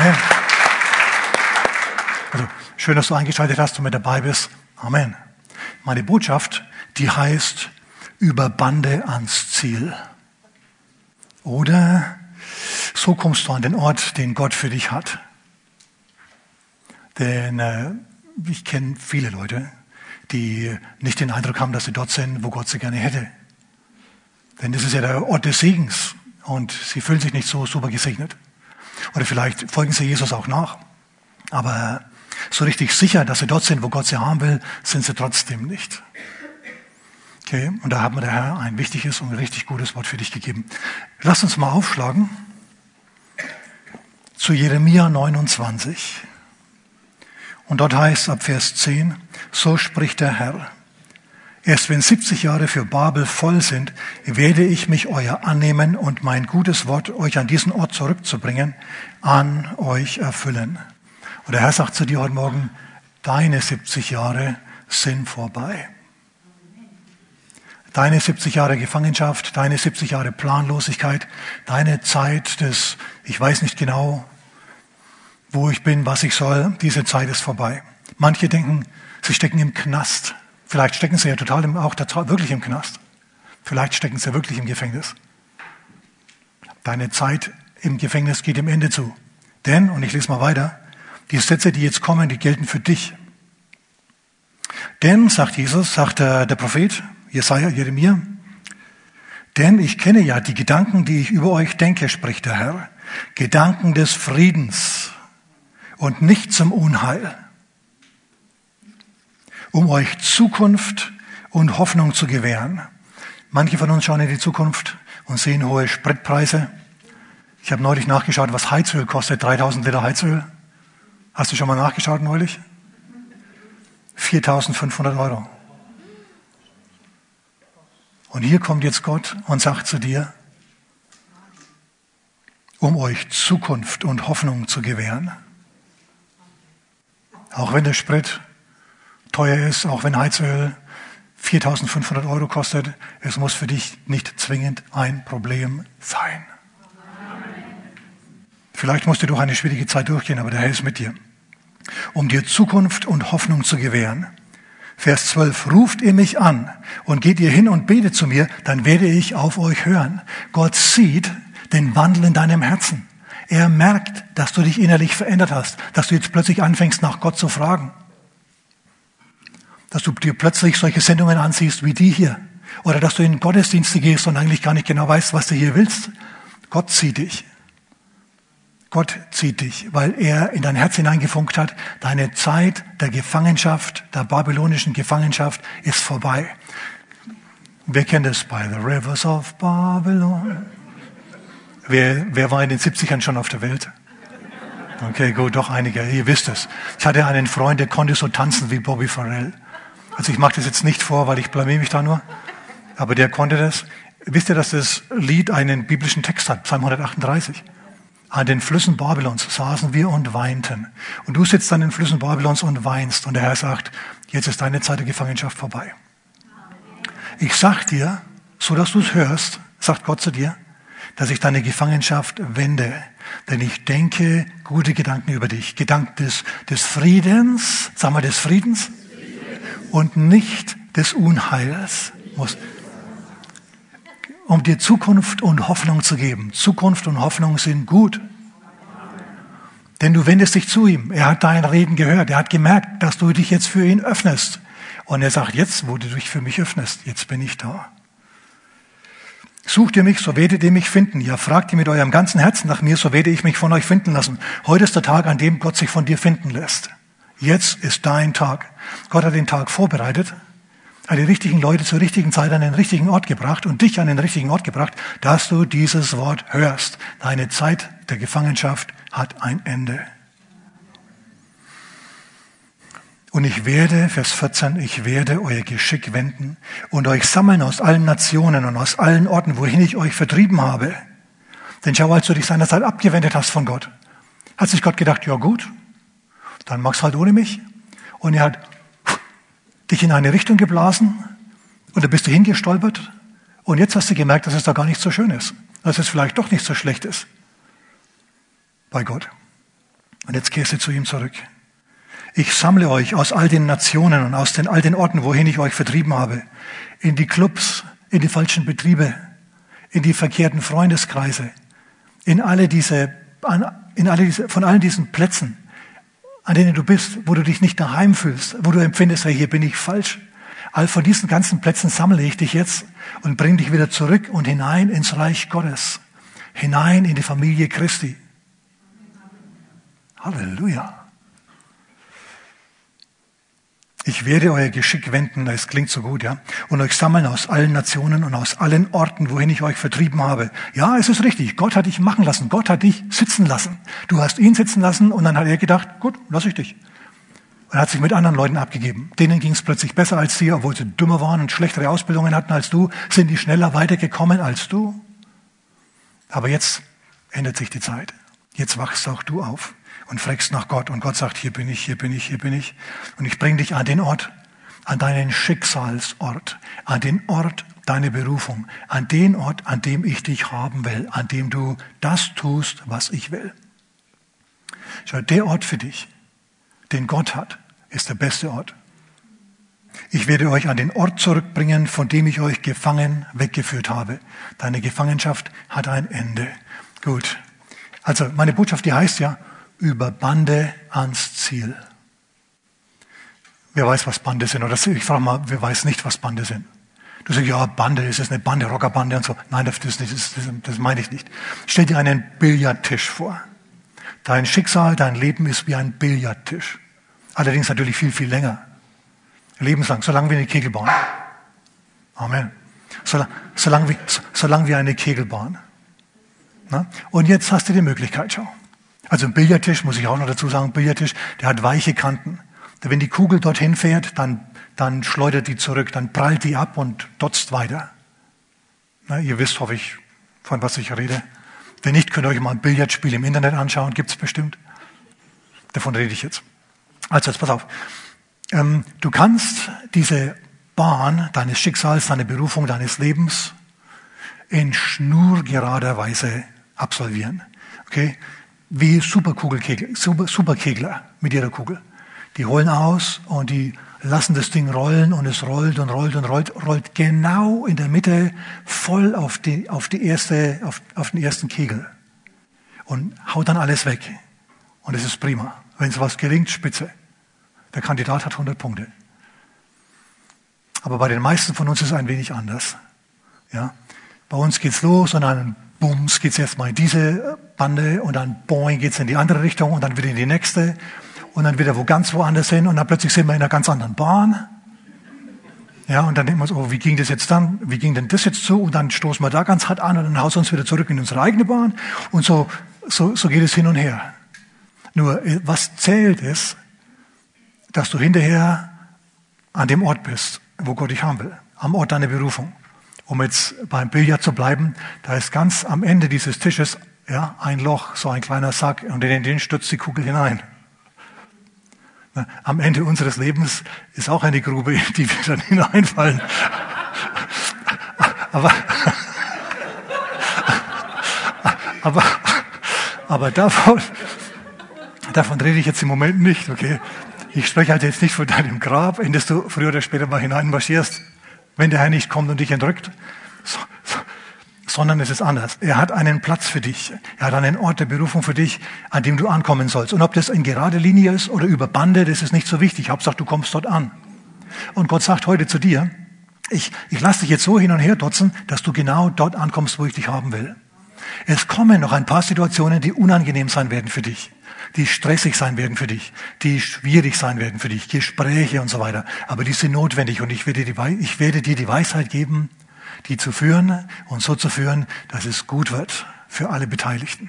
Amen. Also, schön, dass du eingeschaltet hast und mit dabei bist. Amen. Meine Botschaft, die heißt, über Bande ans Ziel. Oder, so kommst du an den Ort, den Gott für dich hat. Denn ich kenne viele Leute, die nicht den Eindruck haben, dass sie dort sind, wo Gott sie gerne hätte. Denn das ist ja der Ort des Segens und sie fühlen sich nicht so super gesegnet. Oder vielleicht folgen sie Jesus auch nach. Aber so richtig sicher, dass sie dort sind, wo Gott sie haben will, sind sie trotzdem nicht. Okay, und da hat mir der Herr ein wichtiges und richtig gutes Wort für dich gegeben. Lass uns mal aufschlagen zu Jeremia 29. Und dort heißt ab Vers 10, so spricht der Herr. Erst wenn 70 Jahre für Babel voll sind, werde ich mich euer annehmen und mein gutes Wort, euch an diesen Ort zurückzubringen, an euch erfüllen. Und der Herr sagt zu dir heute Morgen, deine 70 Jahre sind vorbei. Deine 70 Jahre Gefangenschaft, deine 70 Jahre Planlosigkeit, deine Zeit des, ich weiß nicht genau, wo ich bin, was ich soll, diese Zeit ist vorbei. Manche denken, sie stecken im Knast. Vielleicht stecken sie ja total wirklich im Knast. Vielleicht stecken sie wirklich im Gefängnis. Deine Zeit im Gefängnis geht dem Ende zu. Denn, und ich lese mal weiter, die Sätze, die jetzt kommen, die gelten für dich. Denn, sagt Jesus, sagt der Prophet, Jesaja, Jeremia, denn ich kenne ja die Gedanken, die ich über euch denke, spricht der Herr. Gedanken des Friedens und nicht zum Unheil, um euch Zukunft und Hoffnung zu gewähren. Manche von uns schauen in die Zukunft und sehen hohe Spritpreise. Ich habe neulich nachgeschaut, was Heizöl kostet, 3000 Liter Heizöl. Hast du schon mal nachgeschaut neulich? 4.500 Euro. Und hier kommt jetzt Gott und sagt zu dir, um euch Zukunft und Hoffnung zu gewähren. Auch wenn der Sprit teuer ist, auch wenn Heizöl 4.500 Euro kostet, es muss für dich nicht zwingend ein Problem sein. Vielleicht musst du durch eine schwierige Zeit durchgehen, aber der Herr ist mit dir. Um dir Zukunft und Hoffnung zu gewähren. Vers 12, ruft ihr mich an und geht ihr hin und betet zu mir, dann werde ich auf euch hören. Gott sieht den Wandel in deinem Herzen. Er merkt, dass du dich innerlich verändert hast, dass du jetzt plötzlich anfängst, nach Gott zu fragen. Dass du dir plötzlich solche Sendungen ansiehst wie die hier. Oder dass du in Gottesdienste gehst und eigentlich gar nicht genau weißt, was du hier willst. Gott sieht dich. Gott zieht dich, weil er in dein Herz hineingefunkt hat, deine Zeit der Gefangenschaft, der babylonischen Gefangenschaft ist vorbei. Wer kennt es? By the rivers of Babylon. Wer war in den 70ern schon auf der Welt? Okay, gut, doch einige, ihr wisst es. Ich hatte einen Freund, der konnte so tanzen wie Bobby Farrell. Also ich mache das jetzt nicht vor, weil ich blamier mich da nur. Aber der konnte das. Wisst ihr, dass das Lied einen biblischen Text hat? Psalm 138. An den Flüssen Babylons saßen wir und weinten. Und du sitzt an den Flüssen Babylons und weinst. Und der Herr sagt, jetzt ist deine Zeit der Gefangenschaft vorbei. Ich sag dir, so dass du es hörst, sagt Gott zu dir, dass ich deine Gefangenschaft wende. Denn ich denke gute Gedanken über dich. Gedanken des Friedens, sagen wir des Friedens, und nicht des Unheils. Um dir Zukunft und Hoffnung zu geben. Zukunft und Hoffnung sind gut. Denn du wendest dich zu ihm. Er hat dein Reden gehört. Er hat gemerkt, dass du dich jetzt für ihn öffnest. Und er sagt, jetzt, wo du dich für mich öffnest, jetzt bin ich da. Sucht ihr mich, so werdet ihr mich finden. Ja, fragt ihr mit eurem ganzen Herzen nach mir, so werde ich mich von euch finden lassen. Heute ist der Tag, an dem Gott sich von dir finden lässt. Jetzt ist dein Tag. Gott hat den Tag vorbereitet, hat die richtigen Leute zur richtigen Zeit an den richtigen Ort gebracht und dich an den richtigen Ort gebracht, dass du dieses Wort hörst. Deine Zeit der Gefangenschaft hat ein Ende. Und ich werde, Vers 14, ich werde euer Geschick wenden und euch sammeln aus allen Nationen und aus allen Orten, wohin ich euch vertrieben habe. Denn schau, als du dich seinerzeit abgewendet hast von Gott, hat sich Gott gedacht, ja gut, dann mach's halt ohne mich. Und er hat dich in eine Richtung geblasen und da bist du hingestolpert und jetzt hast du gemerkt, dass es da gar nicht so schön ist, dass es vielleicht doch nicht so schlecht ist bei Gott. Und jetzt kehrst du zu ihm zurück. Ich sammle euch aus all den Nationen und aus all den Orten, wohin ich euch vertrieben habe, in die Clubs, in die falschen Betriebe, in die verkehrten Freundeskreise, von allen diesen Plätzen, an denen du bist, wo du dich nicht daheim fühlst, wo du empfindest, hey, hier bin ich falsch. All von diesen ganzen Plätzen sammle ich dich jetzt und bringe dich wieder zurück und hinein ins Reich Gottes, hinein in die Familie Christi. Halleluja. Ich werde euer Geschick wenden, das klingt so gut, ja, und euch sammeln aus allen Nationen und aus allen Orten, wohin ich euch vertrieben habe. Ja, es ist richtig, Gott hat dich machen lassen, Gott hat dich sitzen lassen. Du hast ihn sitzen lassen und dann hat er gedacht, gut, lass ich dich. Und hat sich mit anderen Leuten abgegeben. Denen ging es plötzlich besser als dir, obwohl sie dümmer waren und schlechtere Ausbildungen hatten als du, sind die schneller weitergekommen als du. Aber jetzt ändert sich die Zeit. Jetzt wachst auch du auf und fragst nach Gott. Und Gott sagt, hier bin ich, hier bin ich, hier bin ich. Und ich bringe dich an den Ort, an deinen Schicksalsort, an den Ort deiner Berufung, an den Ort, an dem ich dich haben will, an dem du das tust, was ich will. Schau, der Ort für dich, den Gott hat, ist der beste Ort. Ich werde euch an den Ort zurückbringen, von dem ich euch gefangen weggeführt habe. Deine Gefangenschaft hat ein Ende. Gut. Also meine Botschaft, die heißt ja, über Bande ans Ziel. Wer weiß, was Bande sind? Oder ich frage mal, wer weiß nicht, was Bande sind? Du sagst, ja, Bande, ist es eine Bande, Rockerbande und so. Nein, das meine ich nicht. Stell dir einen Billardtisch vor. Dein Schicksal, dein Leben ist wie ein Billardtisch. Allerdings natürlich viel, viel länger. Lebenslang, so lang wie eine Kegelbahn. Amen. So lang wie eine Kegelbahn. Na? Und jetzt hast du die Möglichkeit, schau. Also ein Billardtisch, muss ich auch noch dazu sagen, Billardtisch, der hat weiche Kanten. Wenn die Kugel dorthin fährt, dann schleudert die zurück, dann prallt die ab und dotzt weiter. Na, ihr wisst, hoffe ich, von was ich rede. Wenn nicht, könnt ihr euch mal ein Billardspiel im Internet anschauen, gibt's bestimmt. Davon rede ich jetzt. Also jetzt pass auf. Du kannst diese Bahn deines Schicksals, deine Berufung, deines Lebens in schnurgerader Weise absolvieren. Okay? Wie Superkegler mit ihrer Kugel. Die holen aus und die lassen das Ding rollen und es rollt und rollt und rollt genau in der Mitte voll auf den ersten Kegel und haut dann alles weg. Und es ist prima. Wenn sowas gelingt, spitze. Der Kandidat hat 100 Punkte. Aber bei den meisten von uns ist es ein wenig anders. Ja? Bei uns geht's los und dann bums geht's erstmal in diese Bande und dann boing geht's in die andere Richtung und dann wieder in die nächste und dann wieder ganz woanders hin und dann plötzlich sind wir in einer ganz anderen Bahn. Ja, und dann denken wir uns, oh, wie ging denn das jetzt zu? Und dann stoßen wir da ganz hart an und dann hauen wir uns wieder zurück in unsere eigene Bahn und so geht es hin und her. Nur, was zählt ist, dass du hinterher an dem Ort bist, wo Gott dich haben will, am Ort deiner Berufung. Um jetzt beim Billard zu bleiben, da ist ganz am Ende dieses Tisches ja, ein Loch, so ein kleiner Sack, und in den stürzt die Kugel hinein. Am Ende unseres Lebens ist auch eine Grube, in die wir dann hineinfallen. Aber davon rede ich jetzt im Moment nicht, okay? Ich spreche halt jetzt nicht von deinem Grab, in das du früher oder später mal hineinmarschierst, wenn der Herr nicht kommt und dich entrückt, sondern es ist anders. Er hat einen Platz für dich. Er hat einen Ort der Berufung für dich, an dem du ankommen sollst. Und ob das in gerade Linie ist oder über Bande, das ist nicht so wichtig. Hauptsache, du kommst dort an. Und Gott sagt heute zu dir, ich lasse dich jetzt so hin und her dotzen, dass du genau dort ankommst, wo ich dich haben will. Es kommen noch ein paar Situationen, die unangenehm sein werden für dich, die stressig sein werden für dich, die schwierig sein werden für dich, Gespräche und so weiter. Aber die sind notwendig und ich werde dir die Weisheit geben, die zu führen und so zu führen, dass es gut wird für alle Beteiligten.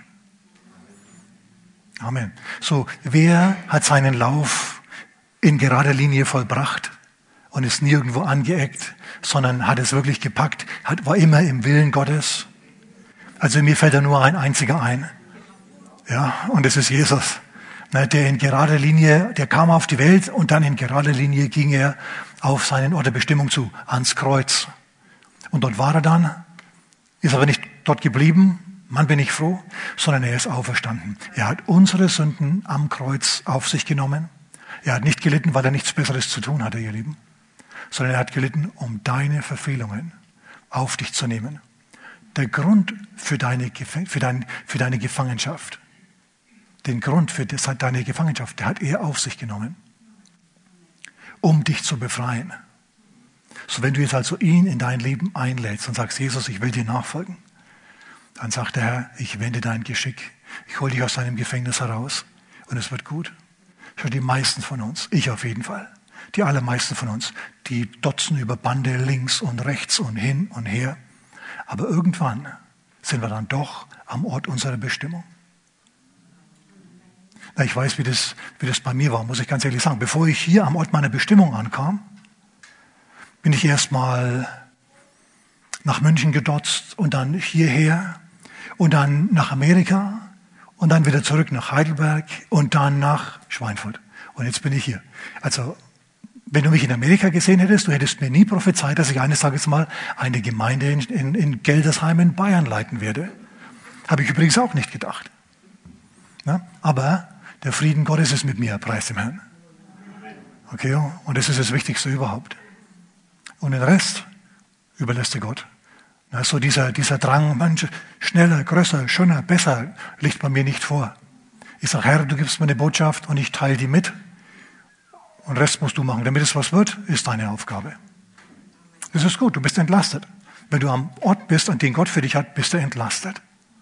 Amen. So, wer hat seinen Lauf in gerader Linie vollbracht und ist nirgendwo angeeckt, sondern hat es wirklich gepackt, war immer im Willen Gottes? Also mir fällt da nur ein einziger ein. Ja, und es ist Jesus. Der in gerader Linie, der kam auf die Welt und dann in gerader Linie ging er auf seinen Ort der Bestimmung zu, ans Kreuz. Und dort war er dann, ist aber nicht dort geblieben, Mann, bin ich froh, sondern er ist auferstanden. Er hat unsere Sünden am Kreuz auf sich genommen. Er hat nicht gelitten, weil er nichts Besseres zu tun hatte, ihr Lieben, sondern er hat gelitten, um deine Verfehlungen auf dich zu nehmen. Der Grund für deine Gefangenschaft, den Grund für deine Gefangenschaft, der hat er auf sich genommen, um dich zu befreien. So, wenn du jetzt also ihn in dein Leben einlädst und sagst, Jesus, ich will dir nachfolgen, dann sagt der Herr, ich wende dein Geschick, ich hole dich aus deinem Gefängnis heraus und es wird gut. Schau, die meisten von uns, ich auf jeden Fall, die allermeisten von uns, die dotzen über Bande links und rechts und hin und her. Aber irgendwann sind wir dann doch am Ort unserer Bestimmung. Na, ich weiß, wie das bei mir war, muss ich ganz ehrlich sagen. Bevor ich hier am Ort meiner Bestimmung ankam, bin ich erstmal nach München gedotzt und dann hierher und dann nach Amerika und dann wieder zurück nach Heidelberg und dann nach Schweinfurt. Und jetzt bin ich hier. Also, wenn du mich in Amerika gesehen hättest, du hättest mir nie prophezeit, dass ich eines Tages mal eine Gemeinde in Geldersheim in Bayern leiten werde. Habe ich übrigens auch nicht gedacht. Ja? Aber der Frieden Gottes ist mit mir, preis dem Herrn. Okay, und das ist das Wichtigste überhaupt. Und den Rest überlässt er Gott. So dieser Drang, Mensch, schneller, größer, schöner, besser, liegt bei mir nicht vor. Ich sage, Herr, du gibst mir eine Botschaft und ich teile die mit. Und den Rest musst du machen. Damit es was wird, ist deine Aufgabe. Das ist gut, du bist entlastet. Wenn du am Ort bist, an den Gott für dich hat, bist du entlastet.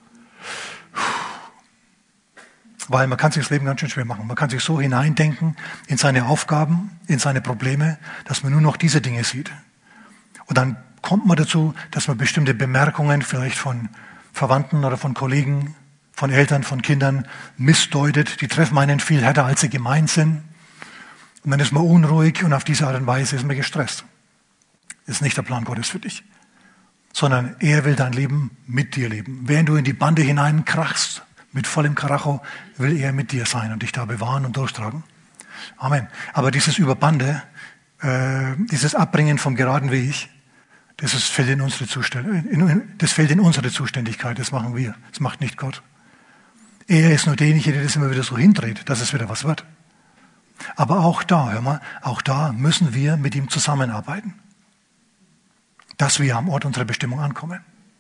Weil man kann sich das Leben ganz schön schwer machen. Man kann sich so hineindenken in seine Aufgaben, in seine Probleme, dass man nur noch diese Dinge sieht. Und dann kommt man dazu, dass man bestimmte Bemerkungen vielleicht von Verwandten oder von Kollegen, von Eltern, von Kindern missdeutet. Die treffen einen viel härter, als sie gemeint sind. Und dann ist man unruhig und auf diese Art und Weise ist man gestresst. Das ist nicht der Plan Gottes für dich. Sondern er will dein Leben mit dir leben. Während du in die Bande hineinkrachst, mit vollem Karacho, will er mit dir sein und dich da bewahren und durchtragen. Amen. Aber dieses Überbande, dieses Abbringen vom geraden Weg, das fällt in unsere Zuständigkeit, das machen wir. Das macht nicht Gott. Er ist nur derjenige, der das immer wieder so hindreht, dass es wieder was wird. Aber auch da, hör mal, auch da müssen wir mit ihm zusammenarbeiten. Dass wir am Ort unserer Bestimmung ankommen.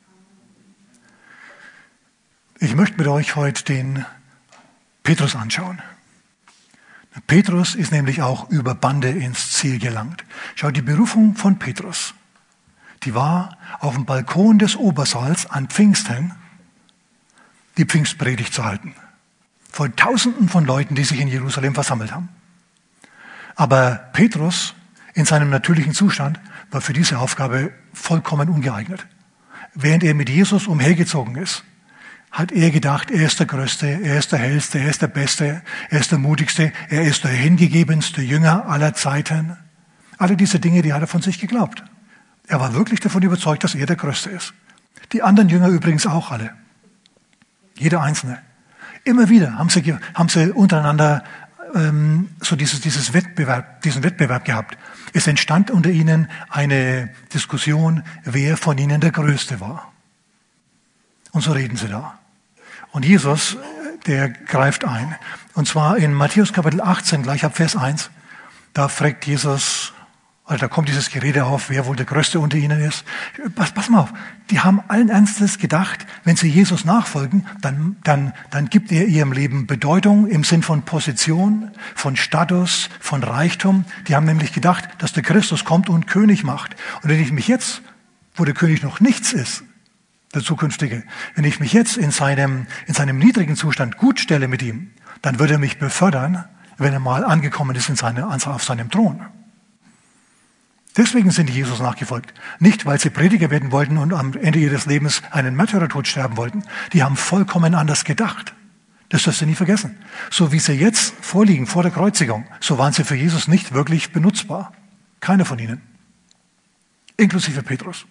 Ich möchte mit euch heute den Petrus anschauen. Petrus ist nämlich auch über Bande ins Ziel gelangt. Schau, die Berufung von Petrus, die war auf dem Balkon des Obersaals an Pfingsten, die Pfingstpredigt zu halten. Vor Tausenden von Leuten, die sich in Jerusalem versammelt haben. Aber Petrus in seinem natürlichen Zustand war für diese Aufgabe vollkommen ungeeignet. Während er mit Jesus umhergezogen ist, hat er gedacht, er ist der Größte, er ist der Hellste, er ist der Beste, er ist der Mutigste, er ist der hingegebenste Jünger aller Zeiten. Alle diese Dinge, die hat er von sich geglaubt. Er war wirklich davon überzeugt, dass er der Größte ist. Die anderen Jünger übrigens auch alle. Jeder Einzelne. Immer wieder haben sie untereinander so diesen Wettbewerb gehabt. Es entstand unter ihnen eine Diskussion, wer von ihnen der Größte war. Und so reden sie da. Und Jesus, der greift ein. Und zwar in Matthäus Kapitel 18, gleich ab Vers 1, da fragt Jesus, also da kommt dieses Gerede auf, wer wohl der Größte unter ihnen ist. Pass mal auf, die haben allen Ernstes gedacht, wenn sie Jesus nachfolgen, dann gibt er ihrem Leben Bedeutung im Sinn von Position, von Status, von Reichtum. Die haben nämlich gedacht, dass der Christus kommt und König macht. Und wenn ich mich jetzt, wo der König noch nichts ist, der zukünftige, wenn ich mich jetzt in seinem niedrigen Zustand gut stelle mit ihm, dann würde er mich befördern, wenn er mal angekommen ist auf seinem Thron. Deswegen sind die Jesus nachgefolgt. Nicht, weil sie Prediger werden wollten und am Ende ihres Lebens einen Märtyrertod sterben wollten. Die haben vollkommen anders gedacht. Das darfst du nie vergessen. So wie sie jetzt vorliegen vor der Kreuzigung, so waren sie für Jesus nicht wirklich benutzbar. Keiner von ihnen. Inklusive Petrus.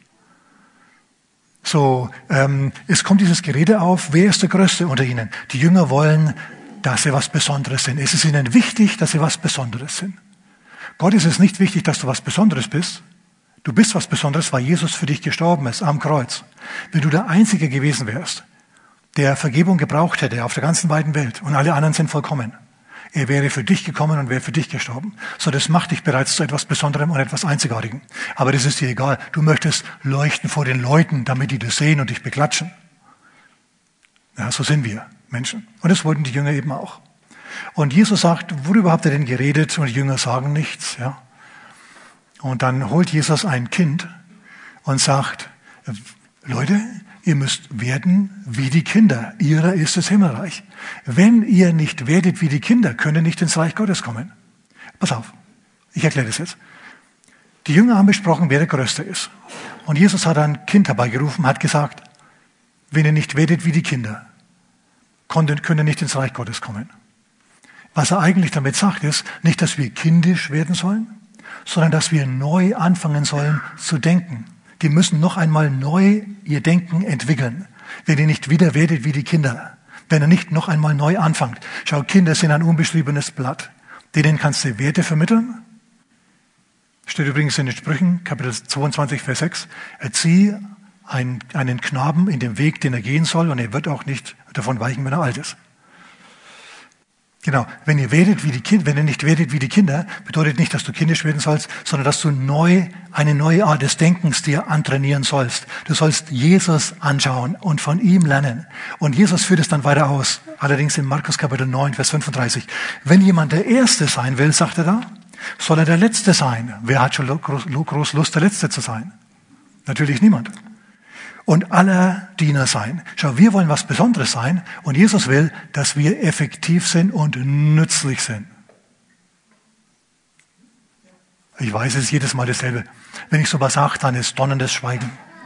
So, es kommt dieses Gerede auf, wer ist der Größte unter ihnen? Die Jünger wollen, dass sie was Besonderes sind. Es ist ihnen wichtig, dass sie was Besonderes sind. Gott ist es nicht wichtig, dass du was Besonderes bist. Du bist was Besonderes, weil Jesus für dich gestorben ist am Kreuz. Wenn du der Einzige gewesen wärst der Vergebung gebraucht hätte auf der ganzen weiten Welt und alle anderen sind vollkommen. Er wäre für dich gekommen und wäre für dich gestorben. So, das macht dich bereits zu etwas Besonderem und etwas Einzigartigem. Aber das ist dir egal. Du möchtest leuchten vor den Leuten, damit die das sehen und dich beklatschen. Ja, so sind wir Menschen. Und das wollten die Jünger eben auch. Und Jesus sagt, worüber habt ihr denn geredet? Und die Jünger sagen nichts. Ja. Und dann holt Jesus ein Kind und sagt, Leute, ihr müsst werden wie die Kinder. Ihrer ist das Himmelreich. Wenn ihr nicht werdet wie die Kinder, könnt ihr nicht ins Reich Gottes kommen. Pass auf, ich erkläre das jetzt. Die Jünger haben besprochen, wer der Größte ist. Und Jesus hat ein Kind herbeigerufen, hat gesagt, wenn ihr nicht werdet wie die Kinder, könnt ihr nicht ins Reich Gottes kommen. Was er eigentlich damit sagt, ist nicht, dass wir kindisch werden sollen, sondern dass wir neu anfangen sollen zu denken. Die müssen noch einmal neu ihr Denken entwickeln. Wenn ihr nicht wieder werdet wie die Kinder. Wenn ihr nicht noch einmal neu anfangt. Schau, Kinder sind ein unbeschriebenes Blatt. Denen kannst du Werte vermitteln. Steht übrigens in den Sprüchen, Kapitel 22, Vers 6. Erziehe einen Knaben in dem Weg, den er gehen soll, und er wird auch nicht davon weichen, wenn er alt ist. Genau, wenn ihr nicht werdet wie die Kinder, bedeutet nicht, dass du kindisch werden sollst, sondern dass du eine neue Art des Denkens dir antrainieren sollst. Du sollst Jesus anschauen und von ihm lernen. Und Jesus führt es dann weiter aus. Allerdings in Markus Kapitel 9, Vers 35. Wenn jemand der Erste sein will, sagt er da, soll er der Letzte sein. Wer hat schon groß Lust, der Letzte zu sein? Natürlich niemand. Und aller Diener sein. Schau, wir wollen was Besonderes sein und Jesus will, dass wir effektiv sind und nützlich sind. Ich weiß, es ist jedes Mal dasselbe. Wenn ich sowas sage, dann ist donnerndes Schweigen.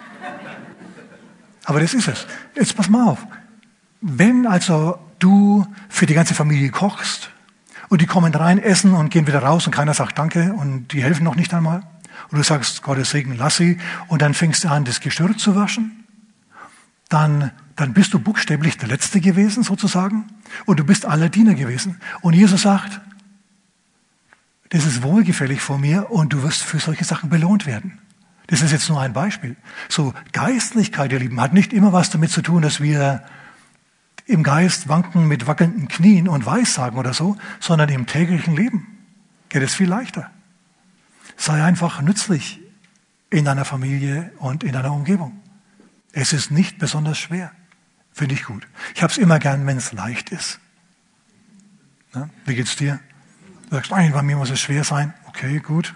Aber das ist es. Jetzt pass mal auf. Wenn also du für die ganze Familie kochst und die kommen rein, essen und gehen wieder raus und keiner sagt Danke und die helfen noch nicht einmal, und du sagst, Gottes Segen, lass sie, und dann fängst du an, das Geschirr zu waschen, dann bist du buchstäblich der Letzte gewesen, sozusagen, und du bist aller Diener gewesen. Und Jesus sagt, das ist wohlgefällig vor mir und du wirst für solche Sachen belohnt werden. Das ist jetzt nur ein Beispiel. So, Geistlichkeit, ihr Lieben, hat nicht immer was damit zu tun, dass wir im Geist wanken mit wackelnden Knien und Weissagen oder so, sondern im täglichen Leben geht es viel leichter. Sei einfach nützlich in deiner Familie und in deiner Umgebung. Es ist nicht besonders schwer. Finde ich gut. Ich habe es immer gern, wenn es leicht ist. Na, wie geht's dir? Du sagst, nein, bei mir muss es schwer sein. Okay, gut.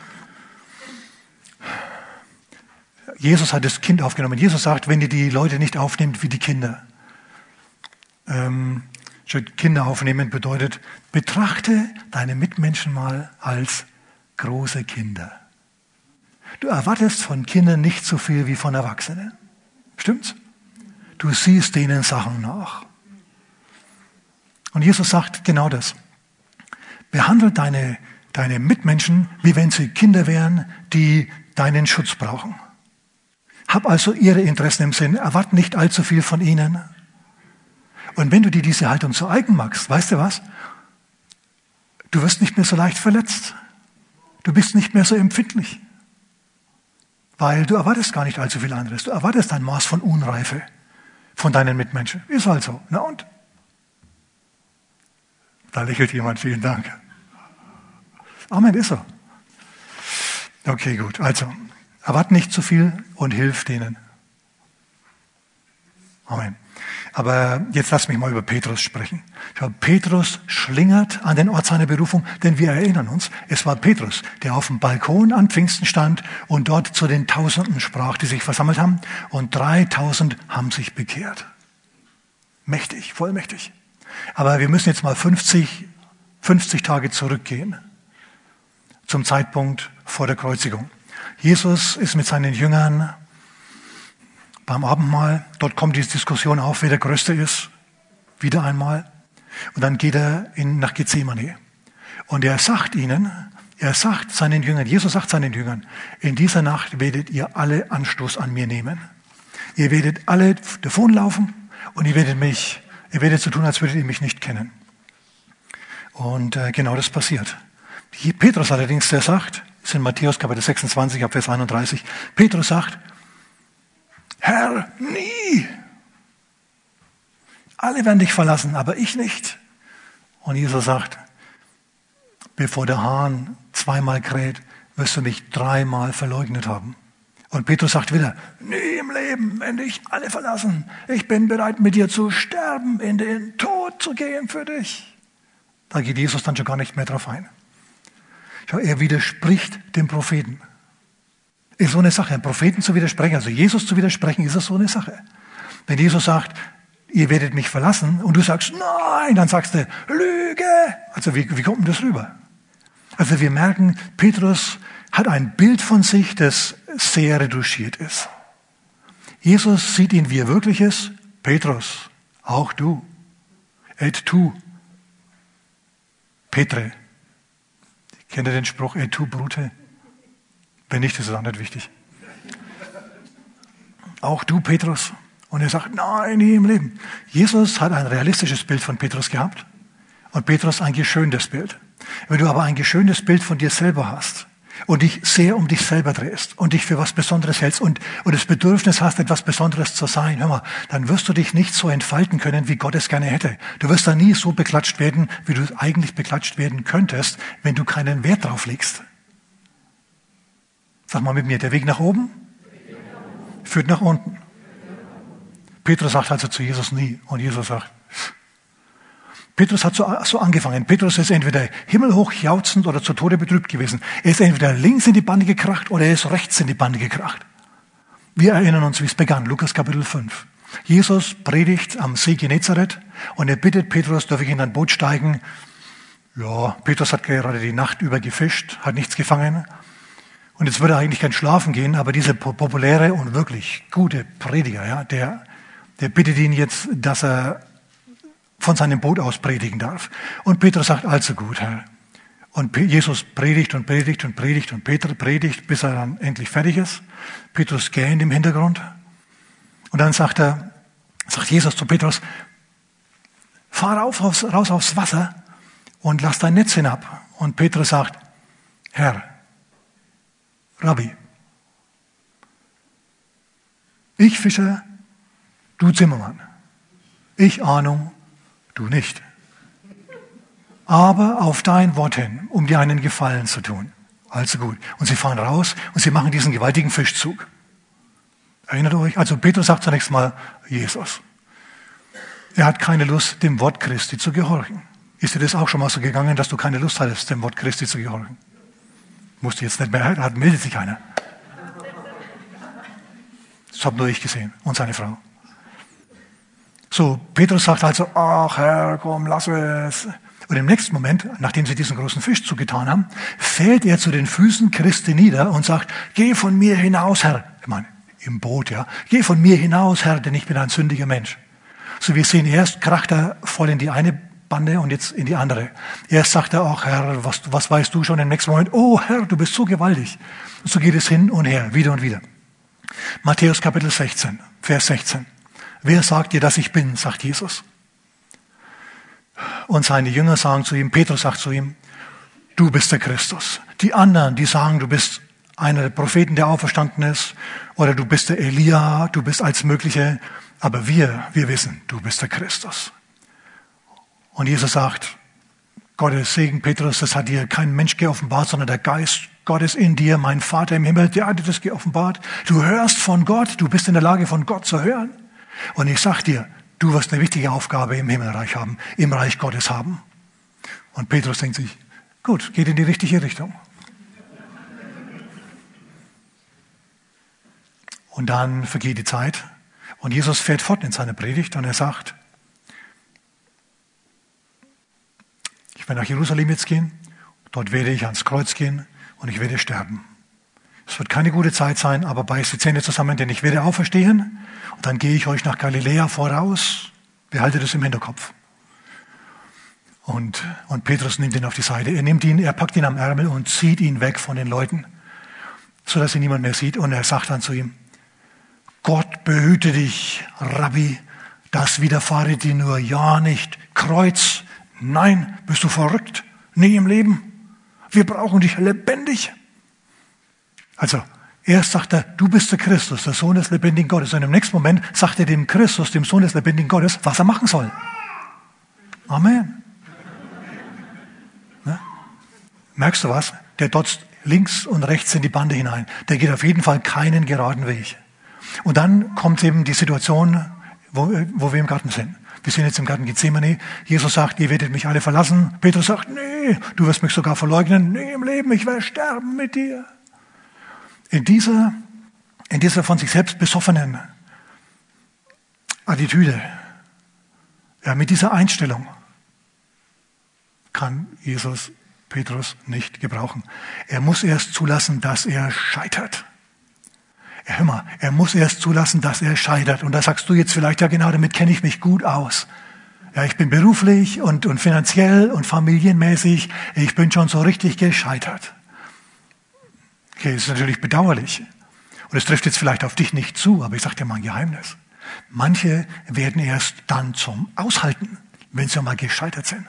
Jesus hat das Kind aufgenommen. Jesus sagt, wenn ihr die Leute nicht aufnehmt wie die Kinder. Kinder aufnehmen bedeutet, betrachte deine Mitmenschen mal als große Kinder. Du erwartest von Kindern nicht so viel wie von Erwachsenen. Stimmt's? Du siehst denen Sachen nach. Und Jesus sagt genau das. Behandle deine Mitmenschen, wie wenn sie Kinder wären, die deinen Schutz brauchen. Hab also ihre Interessen im Sinn. Erwarte nicht allzu viel von ihnen. Und wenn du dir diese Haltung zu eigen machst, weißt du was? Du wirst nicht mehr so leicht verletzt. Du bist nicht mehr so empfindlich, weil du erwartest gar nicht allzu viel anderes. Du erwartest ein Maß von Unreife von deinen Mitmenschen. Ist halt so. Na und? Da lächelt jemand. Vielen Dank. Amen, ist so. Okay, gut. Also, erwarte nicht zu viel und hilf denen. Amen. Aber jetzt lass mich mal über Petrus sprechen. Petrus schlingert an den Ort seiner Berufung, denn wir erinnern uns, es war Petrus, der auf dem Balkon an Pfingsten stand und dort zu den Tausenden sprach, die sich versammelt haben, und 3000 haben sich bekehrt. Mächtig, vollmächtig. Aber wir müssen jetzt mal 50 Tage zurückgehen zum Zeitpunkt vor der Kreuzigung. Jesus ist mit seinen Jüngern beim Abendmahl, dort kommt die Diskussion auf, wer der Größte ist, wieder einmal. Und dann geht er nach Gethsemane. Und Jesus sagt seinen Jüngern, in dieser Nacht werdet ihr alle Anstoß an mir nehmen. Ihr werdet alle davonlaufen und ihr werdet so tun, als würdet ihr mich nicht kennen. Und genau das passiert. Petrus allerdings, der sagt, das ist in Matthäus Kapitel 26, ab Vers 31, Petrus sagt, Herr, nie. Alle werden dich verlassen, aber ich nicht. Und Jesus sagt, bevor der Hahn zweimal kräht, wirst du mich 3-mal verleugnet haben. Und Petrus sagt wieder, nie im Leben, wenn dich alle verlassen. Ich bin bereit, mit dir zu sterben, in den Tod zu gehen für dich. Da geht Jesus dann schon gar nicht mehr drauf ein. Schau, er widerspricht dem Propheten. Ist so eine Sache, einem Propheten zu widersprechen, also Jesus zu widersprechen, ist das so eine Sache. Wenn Jesus sagt, ihr werdet mich verlassen und du sagst, nein, dann sagst du, Lüge. Also wie kommt denn das rüber? Also wir merken, Petrus hat ein Bild von sich, das sehr retuschiert ist. Jesus sieht ihn, wie er wirklich ist. Petrus, auch du. Et tu. Petre. Kennt ihr den Spruch, et tu, Brute? Wenn nicht, ist es auch nicht wichtig. Auch du, Petrus. Und er sagt, nein, nie im Leben. Jesus hat ein realistisches Bild von Petrus gehabt und Petrus ein geschöntes Bild. Wenn du aber ein geschöntes Bild von dir selber hast und dich sehr um dich selber drehst und dich für was Besonderes hältst und das Bedürfnis hast, etwas Besonderes zu sein, hör mal, dann wirst du dich nicht so entfalten können, wie Gott es gerne hätte. Du wirst da nie so beklatscht werden, wie du eigentlich beklatscht werden könntest, wenn du keinen Wert drauf legst. Sag mal mit mir, der Weg nach oben führt nach unten. Petrus sagt also zu Jesus nie. Und Jesus sagt, Petrus hat so angefangen. Petrus ist entweder himmelhoch jauchzend oder zu Tode betrübt gewesen. Er ist entweder links in die Bande gekracht oder er ist rechts in die Bande gekracht. Wir erinnern uns, wie es begann. Lukas Kapitel 5. Jesus predigt am See Genezareth und er bittet Petrus, darf ich in ein Boot steigen? Ja, Petrus hat gerade die Nacht über gefischt, hat nichts gefangen. Und jetzt würde er eigentlich gern schlafen gehen, aber dieser populäre und wirklich gute Prediger, ja, der bittet ihn jetzt, dass er von seinem Boot aus predigen darf. Und Petrus sagt, also gut, Herr. Und Jesus predigt und predigt und predigt und Petrus predigt, bis er dann endlich fertig ist. Petrus gähnt im Hintergrund. Und dann sagt Jesus zu Petrus, fahr raus aufs Wasser und lass dein Netz hinab. Und Petrus sagt, Herr, Rabbi, ich Fischer, du Zimmermann. Ich Ahnung, du nicht. Aber auf dein Wort hin, um dir einen Gefallen zu tun. Also gut. Und sie fahren raus und sie machen diesen gewaltigen Fischzug. Erinnert euch? Also Petrus sagt zunächst mal Jesus. Er hat keine Lust, dem Wort Christi zu gehorchen. Ist dir das auch schon mal so gegangen, dass du keine Lust hattest, dem Wort Christi zu gehorchen? Musst du jetzt nicht mehr, da meldet sich einer. Das habe nur ich gesehen und seine Frau. So, Petrus sagt also, ach Herr, komm, lass es. Und im nächsten Moment, nachdem sie diesen großen Fisch zugetan haben, fällt er zu den Füßen Christi nieder und sagt, geh von mir hinaus, Herr. Ich meine, im Boot, ja. Geh von mir hinaus, Herr, denn ich bin ein sündiger Mensch. So, wir sehen, erst kracht er voll in die eine Bande und jetzt in die andere. Erst sagt er auch, Herr, was weißt du schon? Im nächsten Moment, oh Herr, du bist so gewaltig. Und so geht es hin und her, wieder und wieder. Matthäus Kapitel 16, Vers 16. Wer sagt dir, dass ich bin, sagt Jesus. Und seine Jünger sagen zu ihm, Petrus sagt zu ihm, du bist der Christus. Die anderen, die sagen, du bist einer der Propheten, der auferstanden ist, oder du bist der Elia, du bist als mögliche, aber wir wissen, du bist der Christus. Und Jesus sagt, Gottes Segen, Petrus, das hat dir kein Mensch geoffenbart, sondern der Geist Gottes in dir, mein Vater im Himmel, der hat dir das geoffenbart. Du hörst von Gott, du bist in der Lage, von Gott zu hören. Und ich sag dir, du wirst eine wichtige Aufgabe im Himmelreich haben, im Reich Gottes haben. Und Petrus denkt sich, gut, geht in die richtige Richtung. Und dann vergeht die Zeit und Jesus fährt fort in seiner Predigt und er sagt, ich werde nach Jerusalem jetzt gehen, dort werde ich ans Kreuz gehen und ich werde sterben. Es wird keine gute Zeit sein, aber beißt die Zähne zusammen, denn ich werde auferstehen und dann gehe ich euch nach Galiläa voraus. Behaltet es im Hinterkopf. Und Petrus nimmt ihn auf die Seite. Er packt ihn am Ärmel und zieht ihn weg von den Leuten, sodass ihn niemand mehr sieht. Und er sagt dann zu ihm, Gott behüte dich, Rabbi, das widerfahre dir nur ja nicht. Kreuz, nein, bist du verrückt? Nie im Leben. Wir brauchen dich lebendig. Also, Erst sagt er, du bist der Christus, der Sohn des lebendigen Gottes. Und im nächsten Moment sagt er dem Christus, dem Sohn des lebendigen Gottes, was er machen soll. Amen. Ne? Merkst du was? Der dotzt links und rechts in die Bande hinein. Der geht auf jeden Fall keinen geraden Weg. Und dann kommt eben die Situation, wo wir im Garten sind. Wir sind jetzt im Garten Gethsemane. Jesus sagt, ihr werdet mich alle verlassen. Petrus sagt, nee, du wirst mich sogar verleugnen. Nee, im Leben, ich werde sterben mit dir. In dieser von sich selbst besoffenen Attitüde, ja, mit dieser Einstellung kann Jesus Petrus nicht gebrauchen. Er muss erst zulassen, dass er scheitert. Ja, hör mal, er muss erst zulassen, dass er scheitert. Und da sagst du jetzt vielleicht, ja genau, damit kenne ich mich gut aus. Ja, ich bin beruflich und finanziell und familienmäßig, ich bin schon so richtig gescheitert. Okay, das ist natürlich bedauerlich. Und es trifft jetzt vielleicht auf dich nicht zu, aber ich sage dir mal ein Geheimnis. Manche werden erst dann zum Aushalten, wenn sie mal gescheitert sind.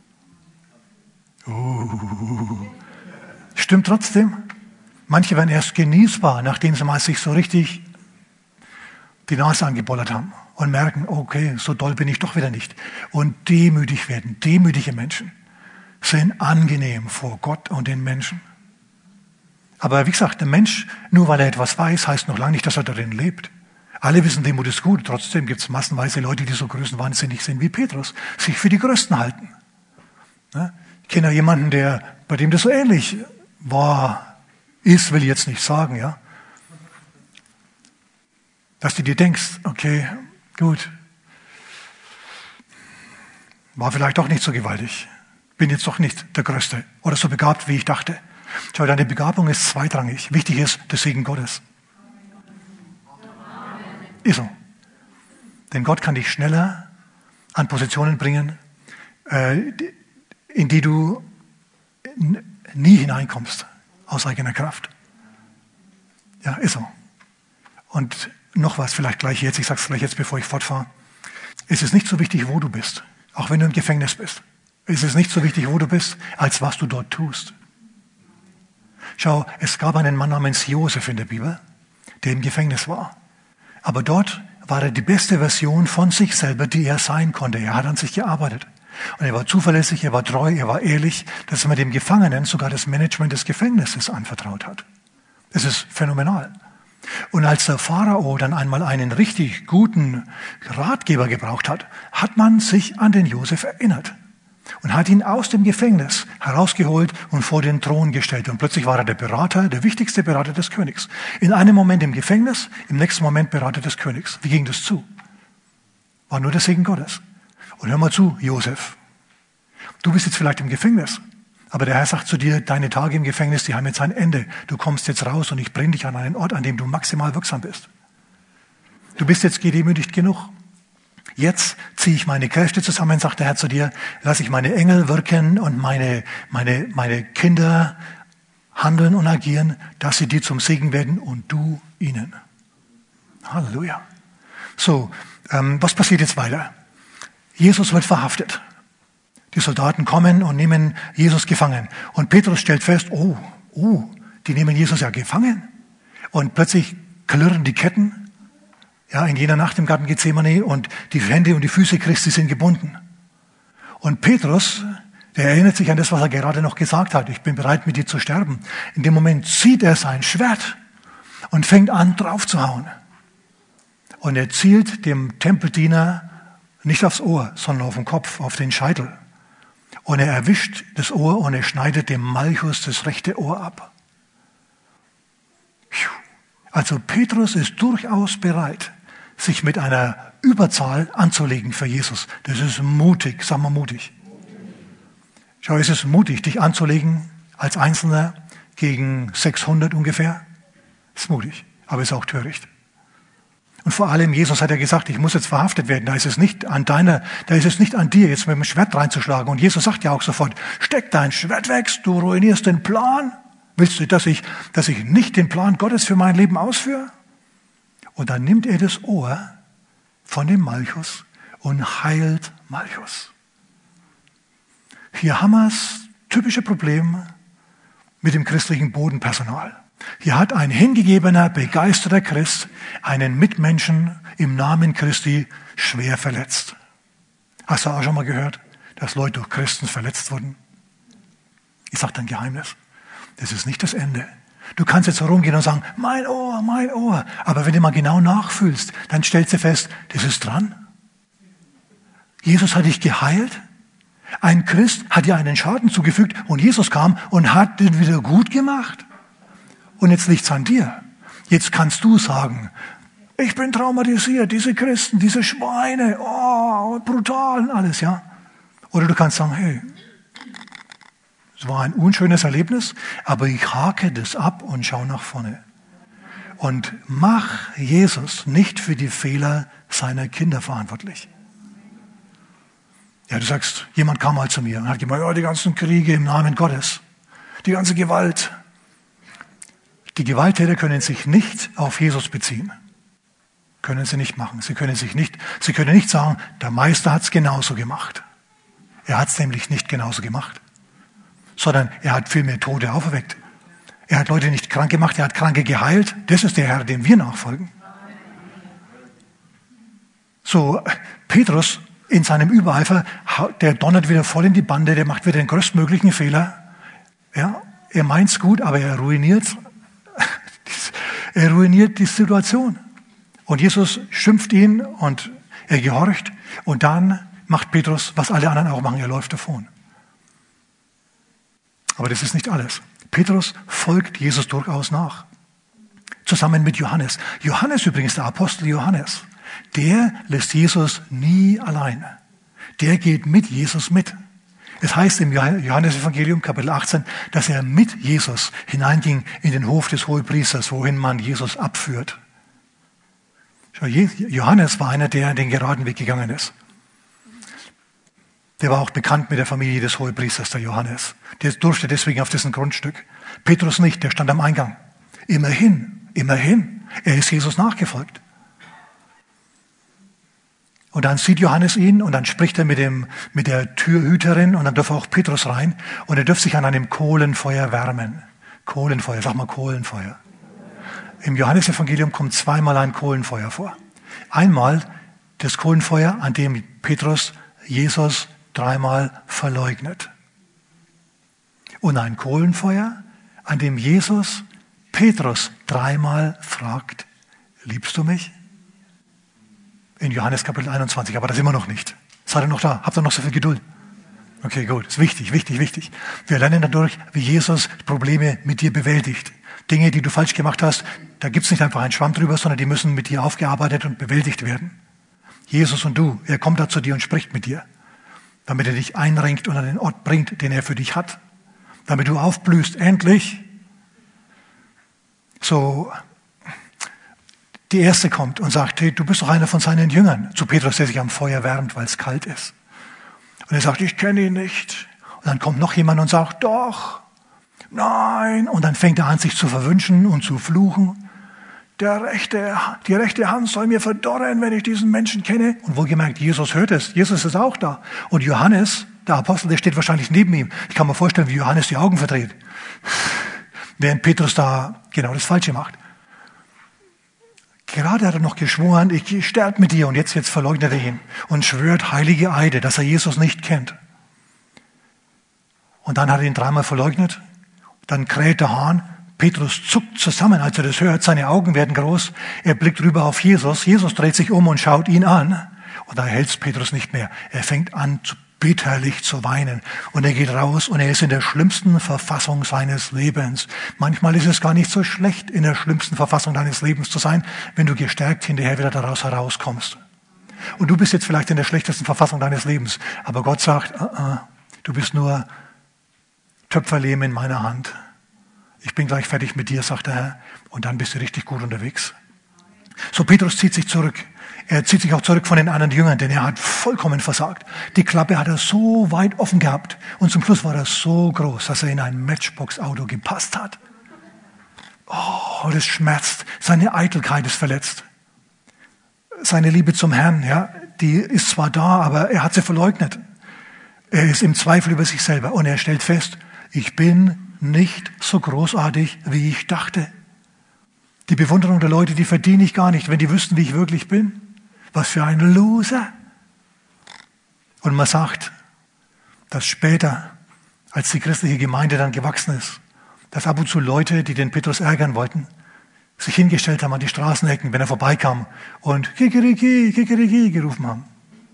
Stimmt trotzdem? Manche werden erst genießbar, nachdem sie mal sich so richtig die Nase angebollert haben und merken, okay, so doll bin ich doch wieder nicht. Und demütig werden. Demütige Menschen sind angenehm vor Gott und den Menschen. Aber wie gesagt, der Mensch, nur weil er etwas weiß, heißt noch lange nicht, dass er darin lebt. Alle wissen, Demut ist gut. Trotzdem gibt es massenweise Leute, die so größenwahnsinnig sind wie Petrus, sich für die Größten halten. Ich kenne ja jemanden, bei dem das so ähnlich war, will ich jetzt nicht sagen, ja. Dass du dir denkst, okay, gut, war vielleicht doch nicht so gewaltig. Bin jetzt doch nicht der Größte oder so begabt, wie ich dachte. Schau, deine Begabung ist zweitrangig. Wichtig ist der Segen Gottes. Ist so. Denn Gott kann dich schneller an Positionen bringen, in die du nie hineinkommst, aus eigener Kraft. Ja, ist so. Und noch was, vielleicht gleich jetzt, ich sage es gleich jetzt, bevor ich fortfahre. Es ist nicht so wichtig, wo du bist, auch wenn du im Gefängnis bist. Es ist nicht so wichtig, wo du bist, als was du dort tust. Schau, es gab einen Mann namens Josef in der Bibel, der im Gefängnis war. Aber dort war er die beste Version von sich selber, die er sein konnte. Er hat an sich gearbeitet. Und er war zuverlässig, er war treu, er war ehrlich, dass er mit dem Gefangenen sogar das Management des Gefängnisses anvertraut hat. Das ist phänomenal. Und als der Pharao dann einmal einen richtig guten Ratgeber gebraucht hat, hat man sich an den Josef erinnert und hat ihn aus dem Gefängnis herausgeholt und vor den Thron gestellt. Und plötzlich war er der Berater, der wichtigste Berater des Königs. In einem Moment im Gefängnis, im nächsten Moment Berater des Königs. Wie ging das zu? War nur der Segen Gottes. Und hör mal zu, Josef. Du bist jetzt vielleicht im Gefängnis, aber der Herr sagt zu dir, deine Tage im Gefängnis, die haben jetzt ein Ende. Du kommst jetzt raus und ich bringe dich an einen Ort, an dem du maximal wirksam bist. Du bist jetzt gedemütigt genug. Jetzt ziehe ich meine Kräfte zusammen, sagt der Herr zu dir, lasse ich meine Engel wirken und meine Kinder handeln und agieren, dass sie dir zum Segen werden und du ihnen. Halleluja. So, was passiert jetzt weiter? Jesus wird verhaftet. Die Soldaten kommen und nehmen Jesus gefangen. Und Petrus stellt fest, die nehmen Jesus ja gefangen. Und plötzlich klirren die Ketten, ja, in jener Nacht im Garten Gethsemane, und die Hände und die Füße Christi sind gebunden. Und Petrus, der erinnert sich an das, was er gerade noch gesagt hat. Ich bin bereit, mit dir zu sterben. In dem Moment zieht er sein Schwert und fängt an, draufzuhauen. Und er zielt dem Tempeldiener nicht aufs Ohr, sondern auf den Kopf, auf den Scheitel. Und er erwischt das Ohr und er schneidet dem Malchus das rechte Ohr ab. Also Petrus ist durchaus bereit, sich mit einer Überzahl anzulegen für Jesus. Das ist mutig, sag mal mutig. Schau, es ist mutig, dich anzulegen als Einzelner gegen 600 ungefähr. Das ist mutig, aber es ist auch töricht. Und vor allem, Jesus hat ja gesagt, ich muss jetzt verhaftet werden. Da ist es nicht an dir, jetzt mit dem Schwert reinzuschlagen. Und Jesus sagt ja auch sofort, steck dein Schwert weg, du ruinierst den Plan. Willst du, dass ich nicht den Plan Gottes für mein Leben ausführe? Und dann nimmt er das Ohr von dem Malchus und heilt Malchus. Hier haben wir das typische Problem mit dem christlichen Bodenpersonal. Hier hat ein hingegebener, begeisterter Christ einen Mitmenschen im Namen Christi schwer verletzt. Hast du auch schon mal gehört, dass Leute durch Christen verletzt wurden? Ich sage ein Geheimnis. Das ist nicht das Ende. Du kannst jetzt herumgehen und sagen, mein Ohr, mein Ohr. Aber wenn du mal genau nachfühlst, dann stellst du fest, das ist dran. Jesus hat dich geheilt. Ein Christ hat dir einen Schaden zugefügt und Jesus kam und hat den wieder gut gemacht. Und jetzt liegt's an dir. Jetzt kannst du sagen, ich bin traumatisiert, diese Christen, diese Schweine, oh, brutal und alles, ja. Oder du kannst sagen, hey, es war ein unschönes Erlebnis, aber ich hake das ab und schaue nach vorne. Und mach Jesus nicht für die Fehler seiner Kinder verantwortlich. Ja, du sagst, jemand kam mal zu mir und hat gemeint, oh, die ganzen Kriege im Namen Gottes, die ganze Gewalt. Die Gewalttäter können sich nicht auf Jesus beziehen. Können sie nicht machen. Sie können nicht sagen, der Meister hat es genauso gemacht. Er hat es nämlich nicht genauso gemacht. Sondern er hat viel mehr Tote auferweckt. Er hat Leute nicht krank gemacht, er hat Kranke geheilt. Das ist der Herr, dem wir nachfolgen. So, Petrus in seinem Übereifer, der donnert wieder voll in die Bande, der macht wieder den größtmöglichen Fehler. Ja, er meint's gut, aber er ruiniert die Situation. Und Jesus schimpft ihn und er gehorcht. Und dann macht Petrus, was alle anderen auch machen, er läuft davon. Aber das ist nicht alles. Petrus folgt Jesus durchaus nach. Zusammen mit Johannes. Johannes übrigens, der Apostel Johannes, der lässt Jesus nie allein. Der geht mit Jesus mit. Es heißt im Johannesevangelium Kapitel 18, dass er mit Jesus hineinging in den Hof des Hohepriesters, wohin man Jesus abführt. Johannes war einer, der den geraden Weg gegangen ist. Der war auch bekannt mit der Familie des Hohepriesters, der Johannes. Der durfte deswegen auf dessen Grundstück. Petrus nicht, der stand am Eingang. Immerhin, er ist Jesus nachgefolgt. Und dann sieht Johannes ihn und dann spricht er mit der Türhüterin und dann darf auch Petrus rein und er darf sich an einem Kohlenfeuer wärmen. Kohlenfeuer, sag mal Kohlenfeuer. Im Johannesevangelium kommt zweimal ein Kohlenfeuer vor. Einmal das Kohlenfeuer, an dem Petrus Jesus dreimal verleugnet. Und ein Kohlenfeuer, an dem Jesus Petrus dreimal fragt, liebst du mich? In Johannes Kapitel 21, aber das immer noch nicht. Seid ihr noch da? Habt ihr noch so viel Geduld? Okay, gut. Ist wichtig. Wir lernen dadurch, wie Jesus Probleme mit dir bewältigt. Dinge, die du falsch gemacht hast, da gibt's nicht einfach einen Schwamm drüber, sondern die müssen mit dir aufgearbeitet und bewältigt werden. Jesus und du, er kommt da zu dir und spricht mit dir, damit er dich einrenkt und an den Ort bringt, den er für dich hat. Damit du aufblühst, endlich. So, die erste kommt und sagt, hey, du bist doch einer von seinen Jüngern. Zu Petrus, der sich am Feuer wärmt, weil es kalt ist. Und er sagt, ich kenne ihn nicht. Und dann kommt noch jemand und sagt, doch, nein. Und dann fängt er an, sich zu verwünschen und zu fluchen. Die rechte Hand soll mir verdorren, wenn ich diesen Menschen kenne. Und wohlgemerkt, Jesus hört es. Jesus ist auch da. Und Johannes, der Apostel, der steht wahrscheinlich neben ihm. Ich kann mir vorstellen, wie Johannes die Augen verdreht. Während Petrus da genau das Falsche macht. Gerade hat er noch geschworen, ich sterbe mit dir. Und jetzt verleugnet er ihn und schwört heilige Eide, dass er Jesus nicht kennt. Und dann hat er ihn dreimal verleugnet. Dann kräht der Hahn. Petrus zuckt zusammen, als er das hört. Seine Augen werden groß. Er blickt rüber auf Jesus. Jesus dreht sich um und schaut ihn an. Und da hält's Petrus nicht mehr. Er fängt an, bitterlich zu weinen. Und er geht raus und er ist in der schlimmsten Verfassung seines Lebens. Manchmal ist es gar nicht so schlecht, in der schlimmsten Verfassung deines Lebens zu sein, wenn du gestärkt hinterher wieder daraus herauskommst. Und du bist jetzt vielleicht in der schlechtesten Verfassung deines Lebens. Aber Gott sagt, du bist nur Töpferlehm in meiner Hand. Ich bin gleich fertig mit dir, sagt der Herr. Und dann bist du richtig gut unterwegs. So, Petrus zieht sich zurück. Er zieht sich auch zurück von den anderen Jüngern, denn er hat vollkommen versagt. Die Klappe hat er so weit offen gehabt. Und zum Schluss war er so groß, dass er in ein Matchbox-Auto gepasst hat. Oh, das schmerzt. Seine Eitelkeit ist verletzt. Seine Liebe zum Herrn, ja, die ist zwar da, aber er hat sie verleugnet. Er ist im Zweifel über sich selber und er stellt fest, ich bin nicht so großartig, wie ich dachte. Die Bewunderung der Leute, die verdiene ich gar nicht, wenn die wüssten, wie ich wirklich bin. Was für ein Loser. Und man sagt, dass später, als die christliche Gemeinde dann gewachsen ist, dass ab und zu Leute, die den Petrus ärgern wollten, sich hingestellt haben an die Straßenecken, wenn er vorbeikam und Kikeriki, Kikeriki gerufen haben.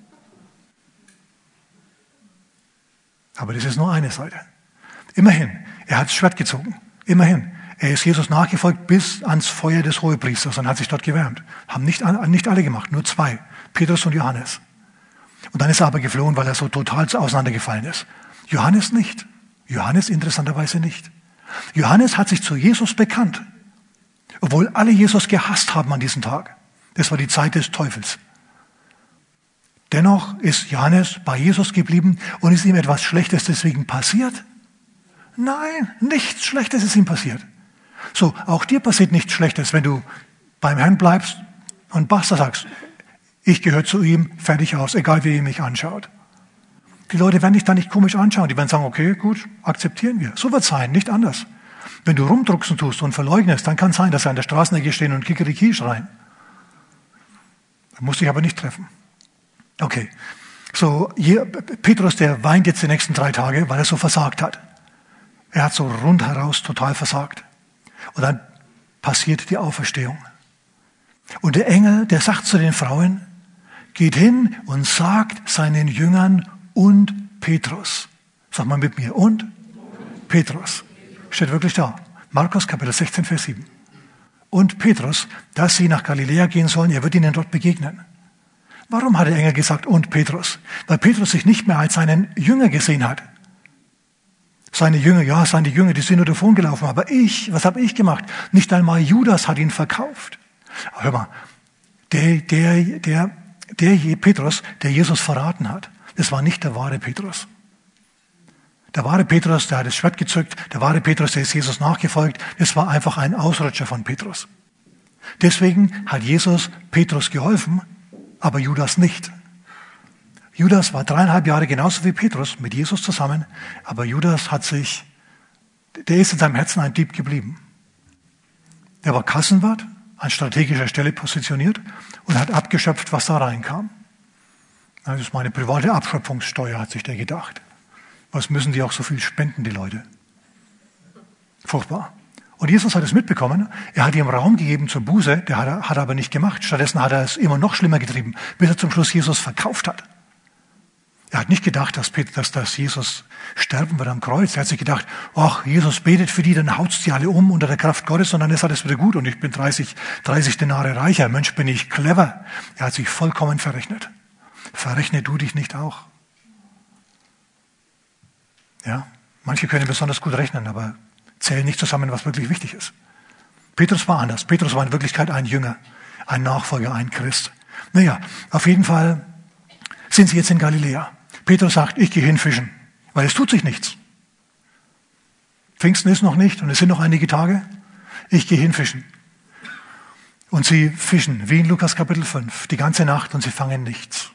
Aber das ist nur eine Seite. Immerhin, er hat das Schwert gezogen. Immerhin. Er ist Jesus nachgefolgt bis ans Feuer des Hohepriesters und hat sich dort gewärmt. Haben nicht alle gemacht, nur 2. Petrus und Johannes. Und dann ist er aber geflohen, weil er so total auseinandergefallen ist. Johannes nicht. Johannes interessanterweise nicht. Johannes hat sich zu Jesus bekannt. Obwohl alle Jesus gehasst haben an diesem Tag. Das war die Zeit des Teufels. Dennoch ist Johannes bei Jesus geblieben und ist ihm etwas Schlechtes deswegen passiert? Nein, nichts Schlechtes ist ihm passiert. So, auch dir passiert nichts Schlechtes, wenn du beim Herrn bleibst und basta sagst, ich gehöre zu ihm, fertig aus, egal wie er mich anschaut. Die Leute werden dich da nicht komisch anschauen, die werden sagen, okay, gut, akzeptieren wir. So wird es sein, nicht anders. Wenn du rumdrucksen tust und verleugnest, dann kann es sein, dass sie an der Straßenecke stehen und Kikeriki schreien. Muss dich aber nicht treffen. Okay, so hier, Petrus, der weint jetzt die nächsten 3 Tage, weil er so versagt hat. Er hat so rundheraus total versagt. Und dann passiert die Auferstehung. Und der Engel, der sagt zu den Frauen, geht hin und sagt seinen Jüngern und Petrus. Sag mal mit mir, und Petrus. Steht wirklich da. Markus Kapitel 16, Vers 7. Und Petrus, dass sie nach Galiläa gehen sollen, er wird ihnen dort begegnen. Warum hat der Engel gesagt, und Petrus? Weil Petrus sich nicht mehr als seinen Jünger gesehen hat. Seine Jünger, die sind nur davon gelaufen. Aber was habe ich gemacht? Nicht einmal Judas hat ihn verkauft. Hör mal, der Petrus, der Jesus verraten hat, das war nicht der wahre Petrus. Der wahre Petrus, der hat das Schwert gezückt, der wahre Petrus, der ist Jesus nachgefolgt, das war einfach ein Ausrutscher von Petrus. Deswegen hat Jesus Petrus geholfen, aber Judas nicht. Judas war 3,5 Jahre genauso wie Petrus mit Jesus zusammen, aber Judas der ist in seinem Herzen ein Dieb geblieben. Der war Kassenwart, an strategischer Stelle positioniert und hat abgeschöpft, was da reinkam. Das ist meine private Abschöpfungssteuer, hat sich der gedacht. Was müssen die auch so viel spenden, die Leute? Furchtbar. Und Jesus hat es mitbekommen. Er hat ihm Raum gegeben zur Buße, der hat er aber nicht gemacht. Stattdessen hat er es immer noch schlimmer getrieben, bis er zum Schluss Jesus verkauft hat. Er hat nicht gedacht, dass Jesus sterben wird am Kreuz. Er hat sich gedacht, ach, Jesus betet für die, dann haut's die alle um unter der Kraft Gottes und dann ist alles wieder gut und ich bin 30 Denare reicher. Mensch, bin ich clever. Er hat sich vollkommen verrechnet. Verrechne du dich nicht auch. Ja, manche können besonders gut rechnen, aber zählen nicht zusammen, was wirklich wichtig ist. Petrus war anders. Petrus war in Wirklichkeit ein Jünger, ein Nachfolger, ein Christ. Naja, auf jeden Fall sind sie jetzt in Galiläa. Petrus sagt, ich gehe hin fischen, weil es tut sich nichts. Pfingsten ist noch nicht und es sind noch einige Tage. Ich gehe hin fischen. Und sie fischen, wie in Lukas Kapitel 5, die ganze Nacht und sie fangen nichts.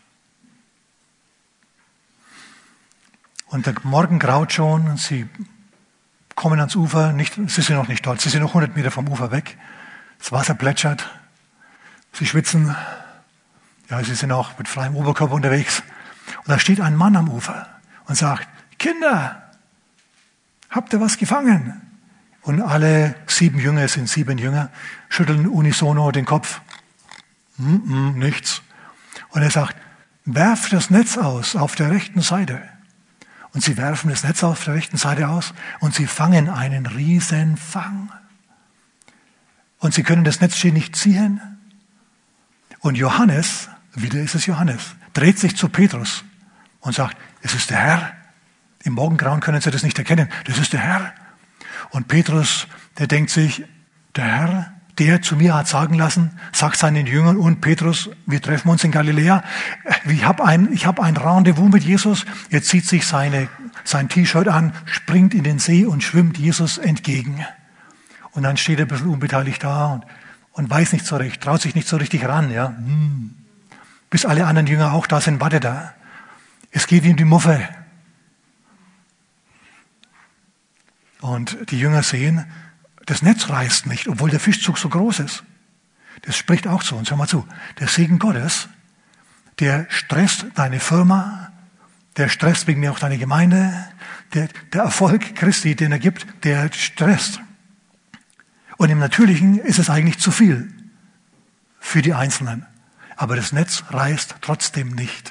Und der Morgen graut schon und sie kommen ans Ufer, sie sind noch nicht dort, sie sind noch 100 Meter vom Ufer weg. Das Wasser plätschert, sie schwitzen, ja, sie sind auch mit freiem Oberkörper unterwegs. Und da steht ein Mann am Ufer und sagt, Kinder, habt ihr was gefangen? Und alle 7 Jünger, es sind 7 Jünger, schütteln unisono den Kopf. Nichts. Und er sagt, werft das Netz aus auf der rechten Seite. Und sie werfen das Netz auf der rechten Seite aus und sie fangen einen riesen Fang. Und sie können das Netz nicht ziehen. Und Johannes, wieder ist es Johannes, dreht sich zu Petrus und sagt, es ist der Herr. Im Morgengrauen können sie das nicht erkennen. Das ist der Herr. Und Petrus, der denkt sich, der Herr, der zu mir hat sagen lassen, sagt seinen Jüngern und Petrus, wir treffen uns in Galiläa. Ich habe ein Rendezvous mit Jesus. Er zieht sich sein T-Shirt an, springt in den See und schwimmt Jesus entgegen. Und dann steht er ein bisschen unbeteiligt da und weiß nicht so recht, traut sich nicht so richtig ran. Ja. Bis alle anderen Jünger auch da sind, wartet er. Es geht ihm die Muffe. Und die Jünger sehen, das Netz reißt nicht, obwohl der Fischzug so groß ist. Das spricht auch zu uns. Hör mal zu. Der Segen Gottes, der stresst deine Firma, der stresst wegen mir auch deine Gemeinde, der Erfolg Christi, den er gibt, der stresst. Und im Natürlichen ist es eigentlich zu viel für die Einzelnen. Aber das Netz reißt trotzdem nicht.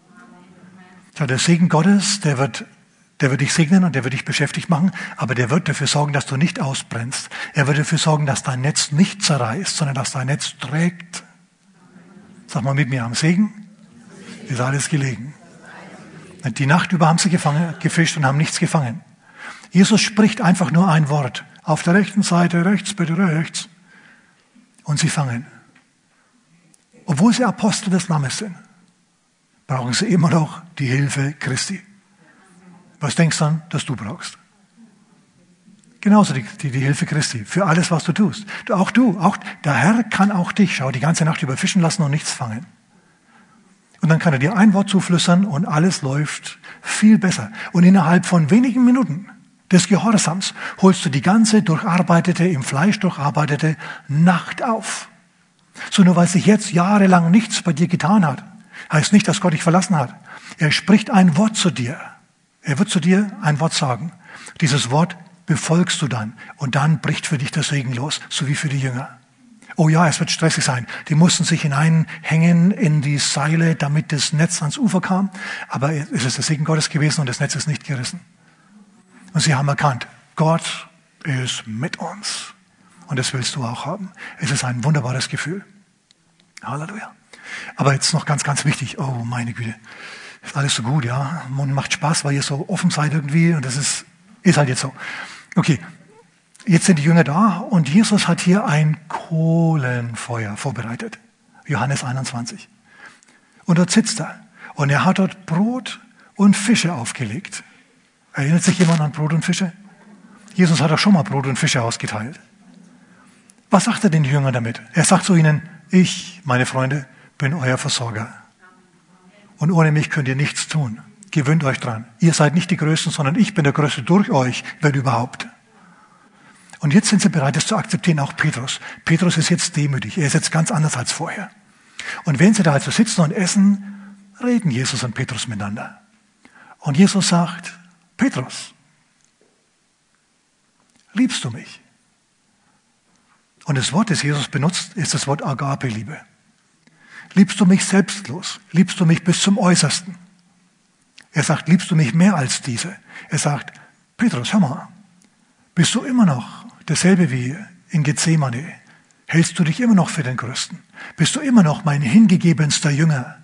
Ja, der Segen Gottes, der wird dich segnen und der wird dich beschäftigt machen, aber der wird dafür sorgen, dass du nicht ausbrennst. Er wird dafür sorgen, dass dein Netz nicht zerreißt, sondern dass dein Netz trägt. Sag mal mit mir, am Segen ist alles gelegen. Die Nacht über haben sie gefischt und haben nichts gefangen. Jesus spricht einfach nur ein Wort. Auf der rechten Seite, rechts, bitte rechts. Und sie fangen. Obwohl sie Apostel des Lammes sind, brauchen sie immer noch die Hilfe Christi. Was denkst du dann, dass du brauchst? Genauso die Hilfe Christi. Für alles, was du tust. Auch der Herr kann auch dich, die ganze Nacht über fischen lassen und nichts fangen. Und dann kann er dir ein Wort zuflüstern und alles läuft viel besser. Und innerhalb von wenigen Minuten des Gehorsams holst du die ganze im Fleisch durcharbeitete Nacht auf. So nur weil sich jetzt jahrelang nichts bei dir getan hat, heißt nicht, dass Gott dich verlassen hat. Er spricht ein Wort zu dir. Er wird zu dir ein Wort sagen. Dieses Wort befolgst du dann. Und dann bricht für dich der Segen los, so wie für die Jünger. Oh ja, es wird stressig sein. Die mussten sich hineinhängen in die Seile, damit das Netz ans Ufer kam. Aber es ist der Segen Gottes gewesen und das Netz ist nicht gerissen. Und sie haben erkannt, Gott ist mit uns. Und das willst du auch haben. Es ist ein wunderbares Gefühl. Halleluja. Aber jetzt noch ganz, ganz wichtig. Oh, meine Güte. Ist alles so gut, ja. Und macht Spaß, weil ihr so offen seid irgendwie. Und das ist halt jetzt so. Okay. Jetzt sind die Jünger da und Jesus hat hier ein Kohlenfeuer vorbereitet. Johannes 21. Und dort sitzt er. Und er hat dort Brot und Fische aufgelegt. Erinnert sich jemand an Brot und Fische? Jesus hat auch schon mal Brot und Fische ausgeteilt. Was sagt er den Jüngern damit? Er sagt zu ihnen, ich, meine Freunde, bin euer Versorger. Und ohne mich könnt ihr nichts tun. Gewöhnt euch dran. Ihr seid nicht die Größten, sondern ich bin der Größte durch euch, wenn überhaupt. Und jetzt sind sie bereit, das zu akzeptieren, auch Petrus. Petrus ist jetzt demütig. Er ist jetzt ganz anders als vorher. Und wenn sie da also sitzen und essen, reden Jesus und Petrus miteinander. Und Jesus sagt, Petrus, liebst du mich? Und das Wort, das Jesus benutzt, ist das Wort Agape-Liebe. Liebst du mich selbstlos? Liebst du mich bis zum Äußersten? Er sagt, liebst du mich mehr als diese? Er sagt, Petrus, hör mal, bist du immer noch derselbe wie in Gethsemane? Hältst du dich immer noch für den Größten? Bist du immer noch mein hingegebenster Jünger?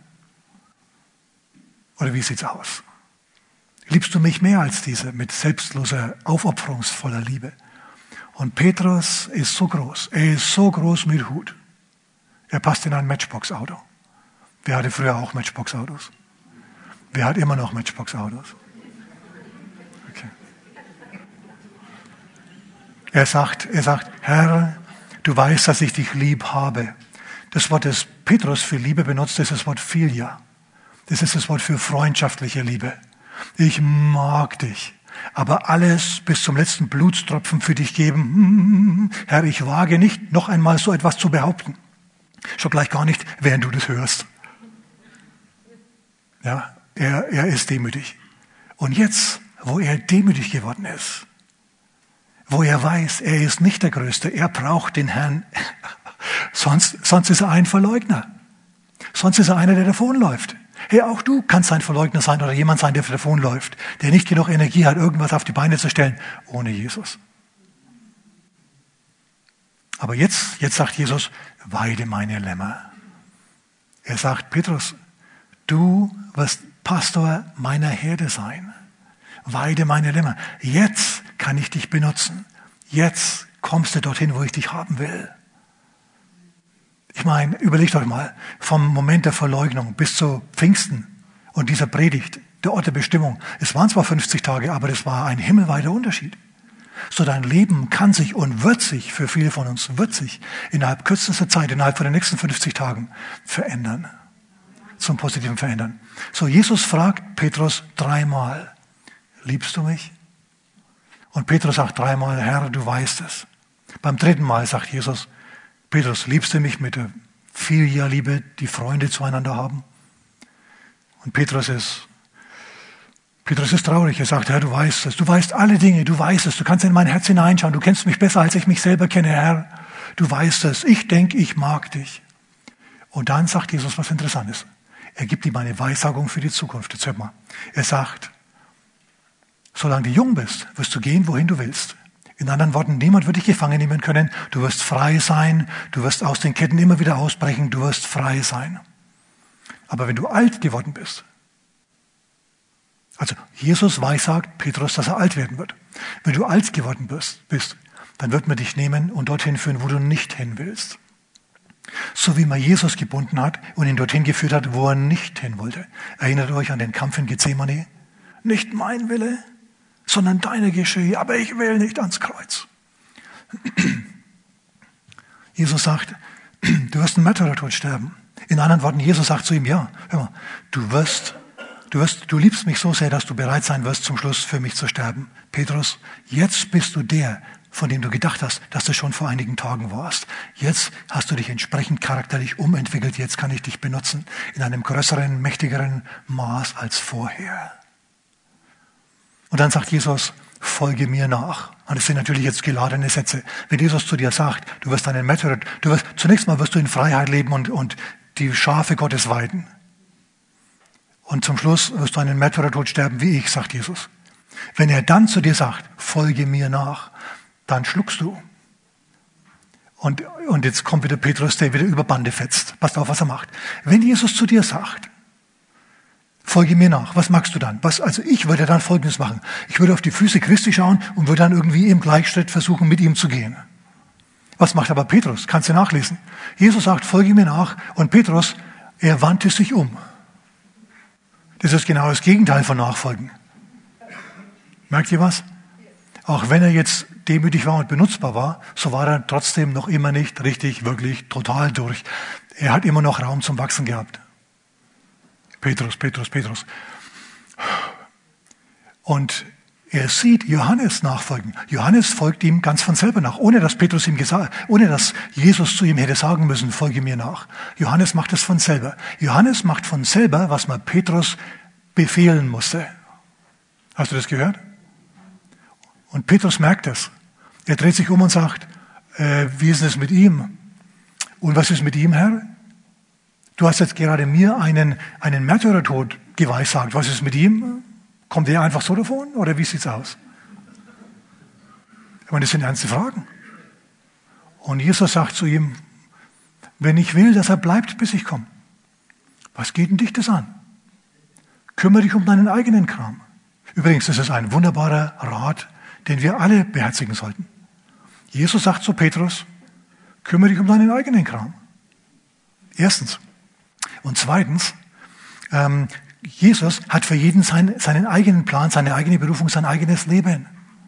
Oder wie sieht's aus? Liebst du mich mehr als diese mit selbstloser, aufopferungsvoller Liebe? Und Petrus ist so groß. Er ist so groß mit Hut. Er passt in ein Matchbox-Auto. Wer hatte früher auch Matchbox-Autos? Wer hat immer noch Matchbox-Autos? Okay. Er sagt, Herr, du weißt, dass ich dich lieb habe. Das Wort, das Petrus für Liebe benutzt, ist das Wort Philia. Das ist das Wort für freundschaftliche Liebe. Ich mag dich, aber alles bis zum letzten Blutstropfen für dich geben. Herr, ich wage nicht, noch einmal so etwas zu behaupten. Schon gleich gar nicht, während du das hörst. Ja, er ist demütig. Und jetzt, wo er demütig geworden ist, wo er weiß, er ist nicht der Größte, er braucht den Herrn, sonst ist er ein Verleugner. Sonst ist er einer, der davonläuft. Hey, auch du kannst ein Verleugner sein oder jemand sein, der davonläuft, der nicht genug Energie hat, irgendwas auf die Beine zu stellen, ohne Jesus. Aber jetzt sagt Jesus, weide meine Lämmer. Er sagt, Petrus, du wirst Pastor meiner Herde sein. Weide meine Lämmer. Jetzt kann ich dich benutzen. Jetzt kommst du dorthin, wo ich dich haben will. Ich meine, überlegt euch mal, vom Moment der Verleugnung bis zu Pfingsten und dieser Predigt, der Ort der Bestimmung. Es waren zwar 50 Tage, aber das war ein himmelweiter Unterschied. So dein Leben kann sich und wird sich, für viele von uns, wird sich innerhalb kürzester Zeit, innerhalb von den nächsten 50 Tagen verändern. Zum Positiven verändern. So, Jesus fragt Petrus 3-mal, liebst du mich? Und Petrus sagt 3-mal, Herr, du weißt es. Beim 3. Mal sagt Jesus, Petrus, liebst du mich mit der Filialiebe, die Freunde zueinander haben? Und Petrus ist traurig. Er sagt, Herr, du weißt es. Du weißt alle Dinge. Du weißt es. Du kannst in mein Herz hineinschauen. Du kennst mich besser, als ich mich selber kenne, Herr. Du weißt es. Ich denke, ich mag dich. Und dann sagt Jesus was Interessantes. Er gibt ihm eine Weissagung für die Zukunft. Jetzt hört mal. Er sagt, solange du jung bist, wirst du gehen, wohin du willst. In anderen Worten, niemand wird dich gefangen nehmen können. Du wirst frei sein. Du wirst aus den Ketten immer wieder ausbrechen. Du wirst frei sein. Aber wenn du alt geworden bist, also Jesus weissagt Petrus, dass er alt werden wird. Wenn du alt geworden bist, dann wird man dich nehmen und dorthin führen, wo du nicht hin willst. So wie man Jesus gebunden hat und ihn dorthin geführt hat, wo er nicht hin wollte. Erinnert euch an den Kampf in Gethsemane? Nicht mein Wille, sondern deine geschehe, aber ich will nicht ans Kreuz. Jesus sagt, du wirst einen Märtyrertod sterben. In anderen Worten, Jesus sagt zu ihm, ja, hör mal, du liebst mich so sehr, dass du bereit sein wirst, zum Schluss für mich zu sterben. Petrus, jetzt bist du der, von dem du gedacht hast, dass du schon vor einigen Tagen warst. Jetzt hast du dich entsprechend charakterlich umentwickelt. Jetzt kann ich dich benutzen in einem größeren, mächtigeren Maß als vorher. Und dann sagt Jesus, folge mir nach. Und das sind natürlich jetzt geladene Sätze. Wenn Jesus zu dir sagt, du wirst einen Märtyrer, zunächst mal wirst du in Freiheit leben und die Schafe Gottes weiden. Und zum Schluss wirst du einen Märtyrertod sterben wie ich, sagt Jesus. Wenn er dann zu dir sagt, folge mir nach, dann schluckst du. Und jetzt kommt wieder Petrus, der wieder über Bande fetzt. Passt auf, was er macht. Wenn Jesus zu dir sagt, folge mir nach, was magst du dann? Also ich würde dann Folgendes machen. Ich würde auf die Füße Christi schauen und würde dann irgendwie im Gleichschritt versuchen, mit ihm zu gehen. Was macht aber Petrus? Kannst du nachlesen. Jesus sagt, folge mir nach. Und Petrus, er wandte sich um. Das ist genau das Gegenteil von Nachfolgen. Merkt ihr was? Auch wenn er jetzt demütig war und benutzbar war, so war er trotzdem noch immer nicht richtig, wirklich total durch. Er hat immer noch Raum zum Wachsen gehabt. Petrus. Und er sieht Johannes nachfolgen. Johannes folgt ihm ganz von selber nach, ohne dass Jesus zu ihm hätte sagen müssen, folge mir nach. Johannes macht es von selber. Johannes macht von selber, was man Petrus befehlen musste. Hast du das gehört? Und Petrus merkt es. Er dreht sich um und sagt, wie ist es mit ihm? Und was ist mit ihm, Herr? Du hast jetzt gerade mir einen Märtyrertod geweissagt. Was ist mit ihm? Kommt er einfach so davon? Oder wie sieht's aus? Ich meine, das sind ernste Fragen. Und Jesus sagt zu ihm, wenn ich will, dass er bleibt, bis ich komme. Was geht denn dich das an? Kümmere dich um deinen eigenen Kram. Übrigens, das ist ein wunderbarer Rat, den wir alle beherzigen sollten. Jesus sagt zu Petrus, kümmere dich um deinen eigenen Kram. Erstens. Und zweitens, Jesus hat für jeden seinen eigenen Plan, seine eigene Berufung, sein eigenes Leben.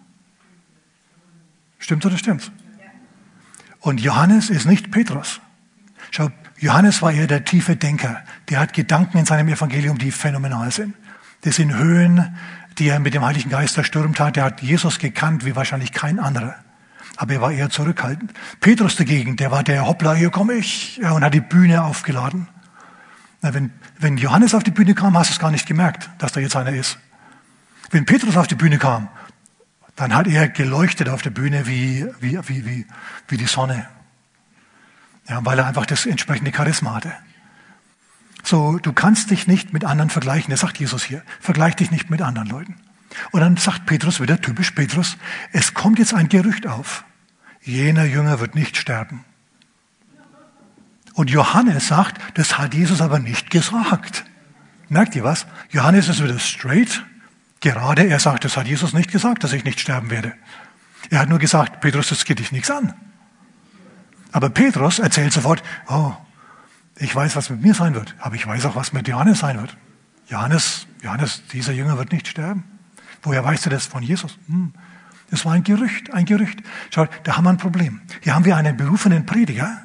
Stimmt oder stimmt's? Und Johannes ist nicht Petrus. Schau, Johannes war eher der tiefe Denker. Der hat Gedanken in seinem Evangelium, die phänomenal sind. Das sind Höhen, die er mit dem Heiligen Geist erstürmt hat. Der hat Jesus gekannt wie wahrscheinlich kein anderer. Aber er war eher zurückhaltend. Petrus dagegen, der war der Hoppla, hier komme ich, und hat die Bühne aufgeladen. Na, wenn Johannes auf die Bühne kam, hast du es gar nicht gemerkt, dass da jetzt einer ist. Wenn Petrus auf die Bühne kam, dann hat er geleuchtet auf der Bühne wie die Sonne. Ja, weil er einfach das entsprechende Charisma hatte. So, du kannst dich nicht mit anderen vergleichen. Das sagt Jesus hier. Vergleich dich nicht mit anderen Leuten. Und dann sagt Petrus wieder, typisch Petrus, es kommt jetzt ein Gerücht auf. Jener Jünger wird nicht sterben. Und Johannes sagt, das hat Jesus aber nicht gesagt. Merkt ihr was? Johannes ist wieder straight. Gerade er sagt, das hat Jesus nicht gesagt, dass ich nicht sterben werde. Er hat nur gesagt, Petrus, das geht dich nichts an. Aber Petrus erzählt sofort, oh, ich weiß, was mit mir sein wird, aber ich weiß auch, was mit Johannes sein wird. Johannes, dieser Jünger wird nicht sterben. Woher weißt du das von Jesus? Das war ein Gerücht. Schau, da haben wir ein Problem. Hier haben wir einen berufenen Prediger,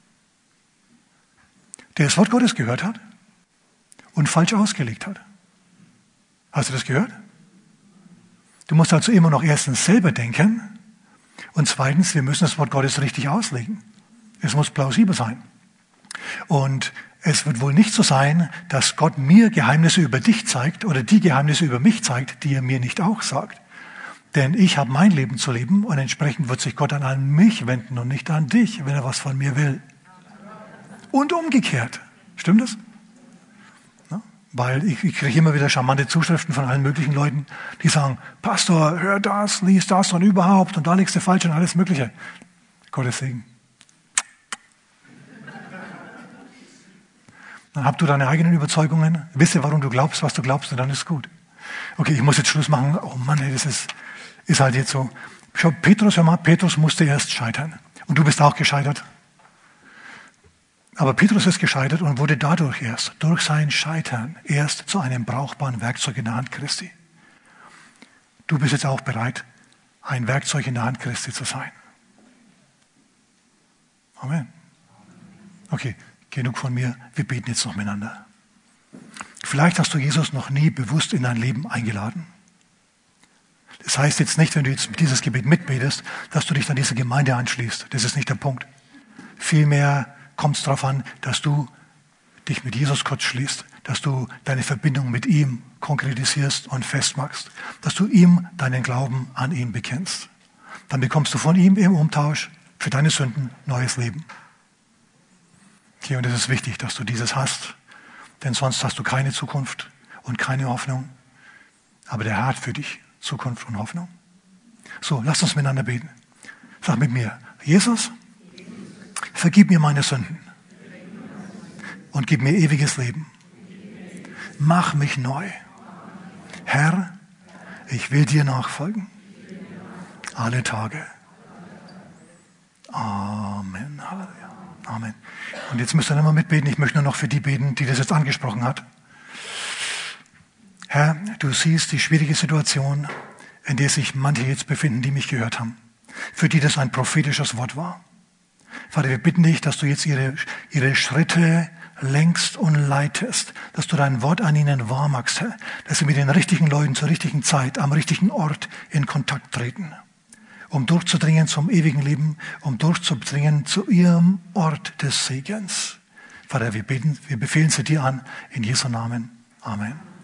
der das Wort Gottes gehört hat und falsch ausgelegt hat. Hast du das gehört? Du musst also immer noch erstens selber denken und zweitens, wir müssen das Wort Gottes richtig auslegen. Es muss plausibel sein. Und es wird wohl nicht so sein, dass Gott mir Geheimnisse über dich zeigt oder die Geheimnisse über mich zeigt, die er mir nicht auch sagt. Denn ich habe mein Leben zu leben und entsprechend wird sich Gott dann an mich wenden und nicht an dich, wenn er was von mir will. Und umgekehrt. Stimmt das? Ja? Weil ich kriege immer wieder charmante Zuschriften von allen möglichen Leuten, die sagen, Pastor, hör das, lies das und überhaupt und da liegst du falsch und alles Mögliche. Gottes Segen. Dann habt du deine eigenen Überzeugungen, wisse, warum du glaubst, was du glaubst und dann ist gut. Okay, ich muss jetzt Schluss machen. Oh Mann, ey, das ist halt jetzt so. Schau, Petrus, hör mal, Petrus musste erst scheitern. Und du bist auch gescheitert. Aber Petrus ist gescheitert und wurde dadurch erst, durch sein Scheitern, erst zu einem brauchbaren Werkzeug in der Hand Christi. Du bist jetzt auch bereit, ein Werkzeug in der Hand Christi zu sein. Amen. Okay. Genug von mir, wir beten jetzt noch miteinander. Vielleicht hast du Jesus noch nie bewusst in dein Leben eingeladen. Das heißt jetzt nicht, wenn du jetzt dieses Gebet mitbetest, dass du dich an diese Gemeinde anschließt. Das ist nicht der Punkt. Vielmehr kommt es darauf an, dass du dich mit Jesus kurz schließt, dass du deine Verbindung mit ihm konkretisierst und festmachst, dass du ihm deinen Glauben an ihn bekennst. Dann bekommst du von ihm im Umtausch für deine Sünden neues Leben. Okay, und es ist wichtig, dass du dieses hast, denn sonst hast du keine Zukunft und keine Hoffnung. Aber der Herr hat für dich Zukunft und Hoffnung. So, lasst uns miteinander beten. Sag mit mir, Jesus, vergib mir meine Sünden und gib mir ewiges Leben. Mach mich neu. Herr, ich will dir nachfolgen. Alle Tage. Amen. Halleluja. Amen. Und jetzt müsst ihr nochmal mitbeten. Ich möchte nur noch für die beten, die das jetzt angesprochen hat. Herr, du siehst die schwierige Situation, in der sich manche jetzt befinden, die mich gehört haben. Für die das ein prophetisches Wort war. Vater, wir bitten dich, dass du jetzt ihre Schritte lenkst und leitest, dass du dein Wort an ihnen wahr machst, Herr, dass sie mit den richtigen Leuten zur richtigen Zeit, am richtigen Ort in Kontakt treten. Um durchzudringen zum ewigen Leben, um durchzudringen zu ihrem Ort des Segens. Vater, wir befehlen sie dir an, in Jesu Namen. Amen.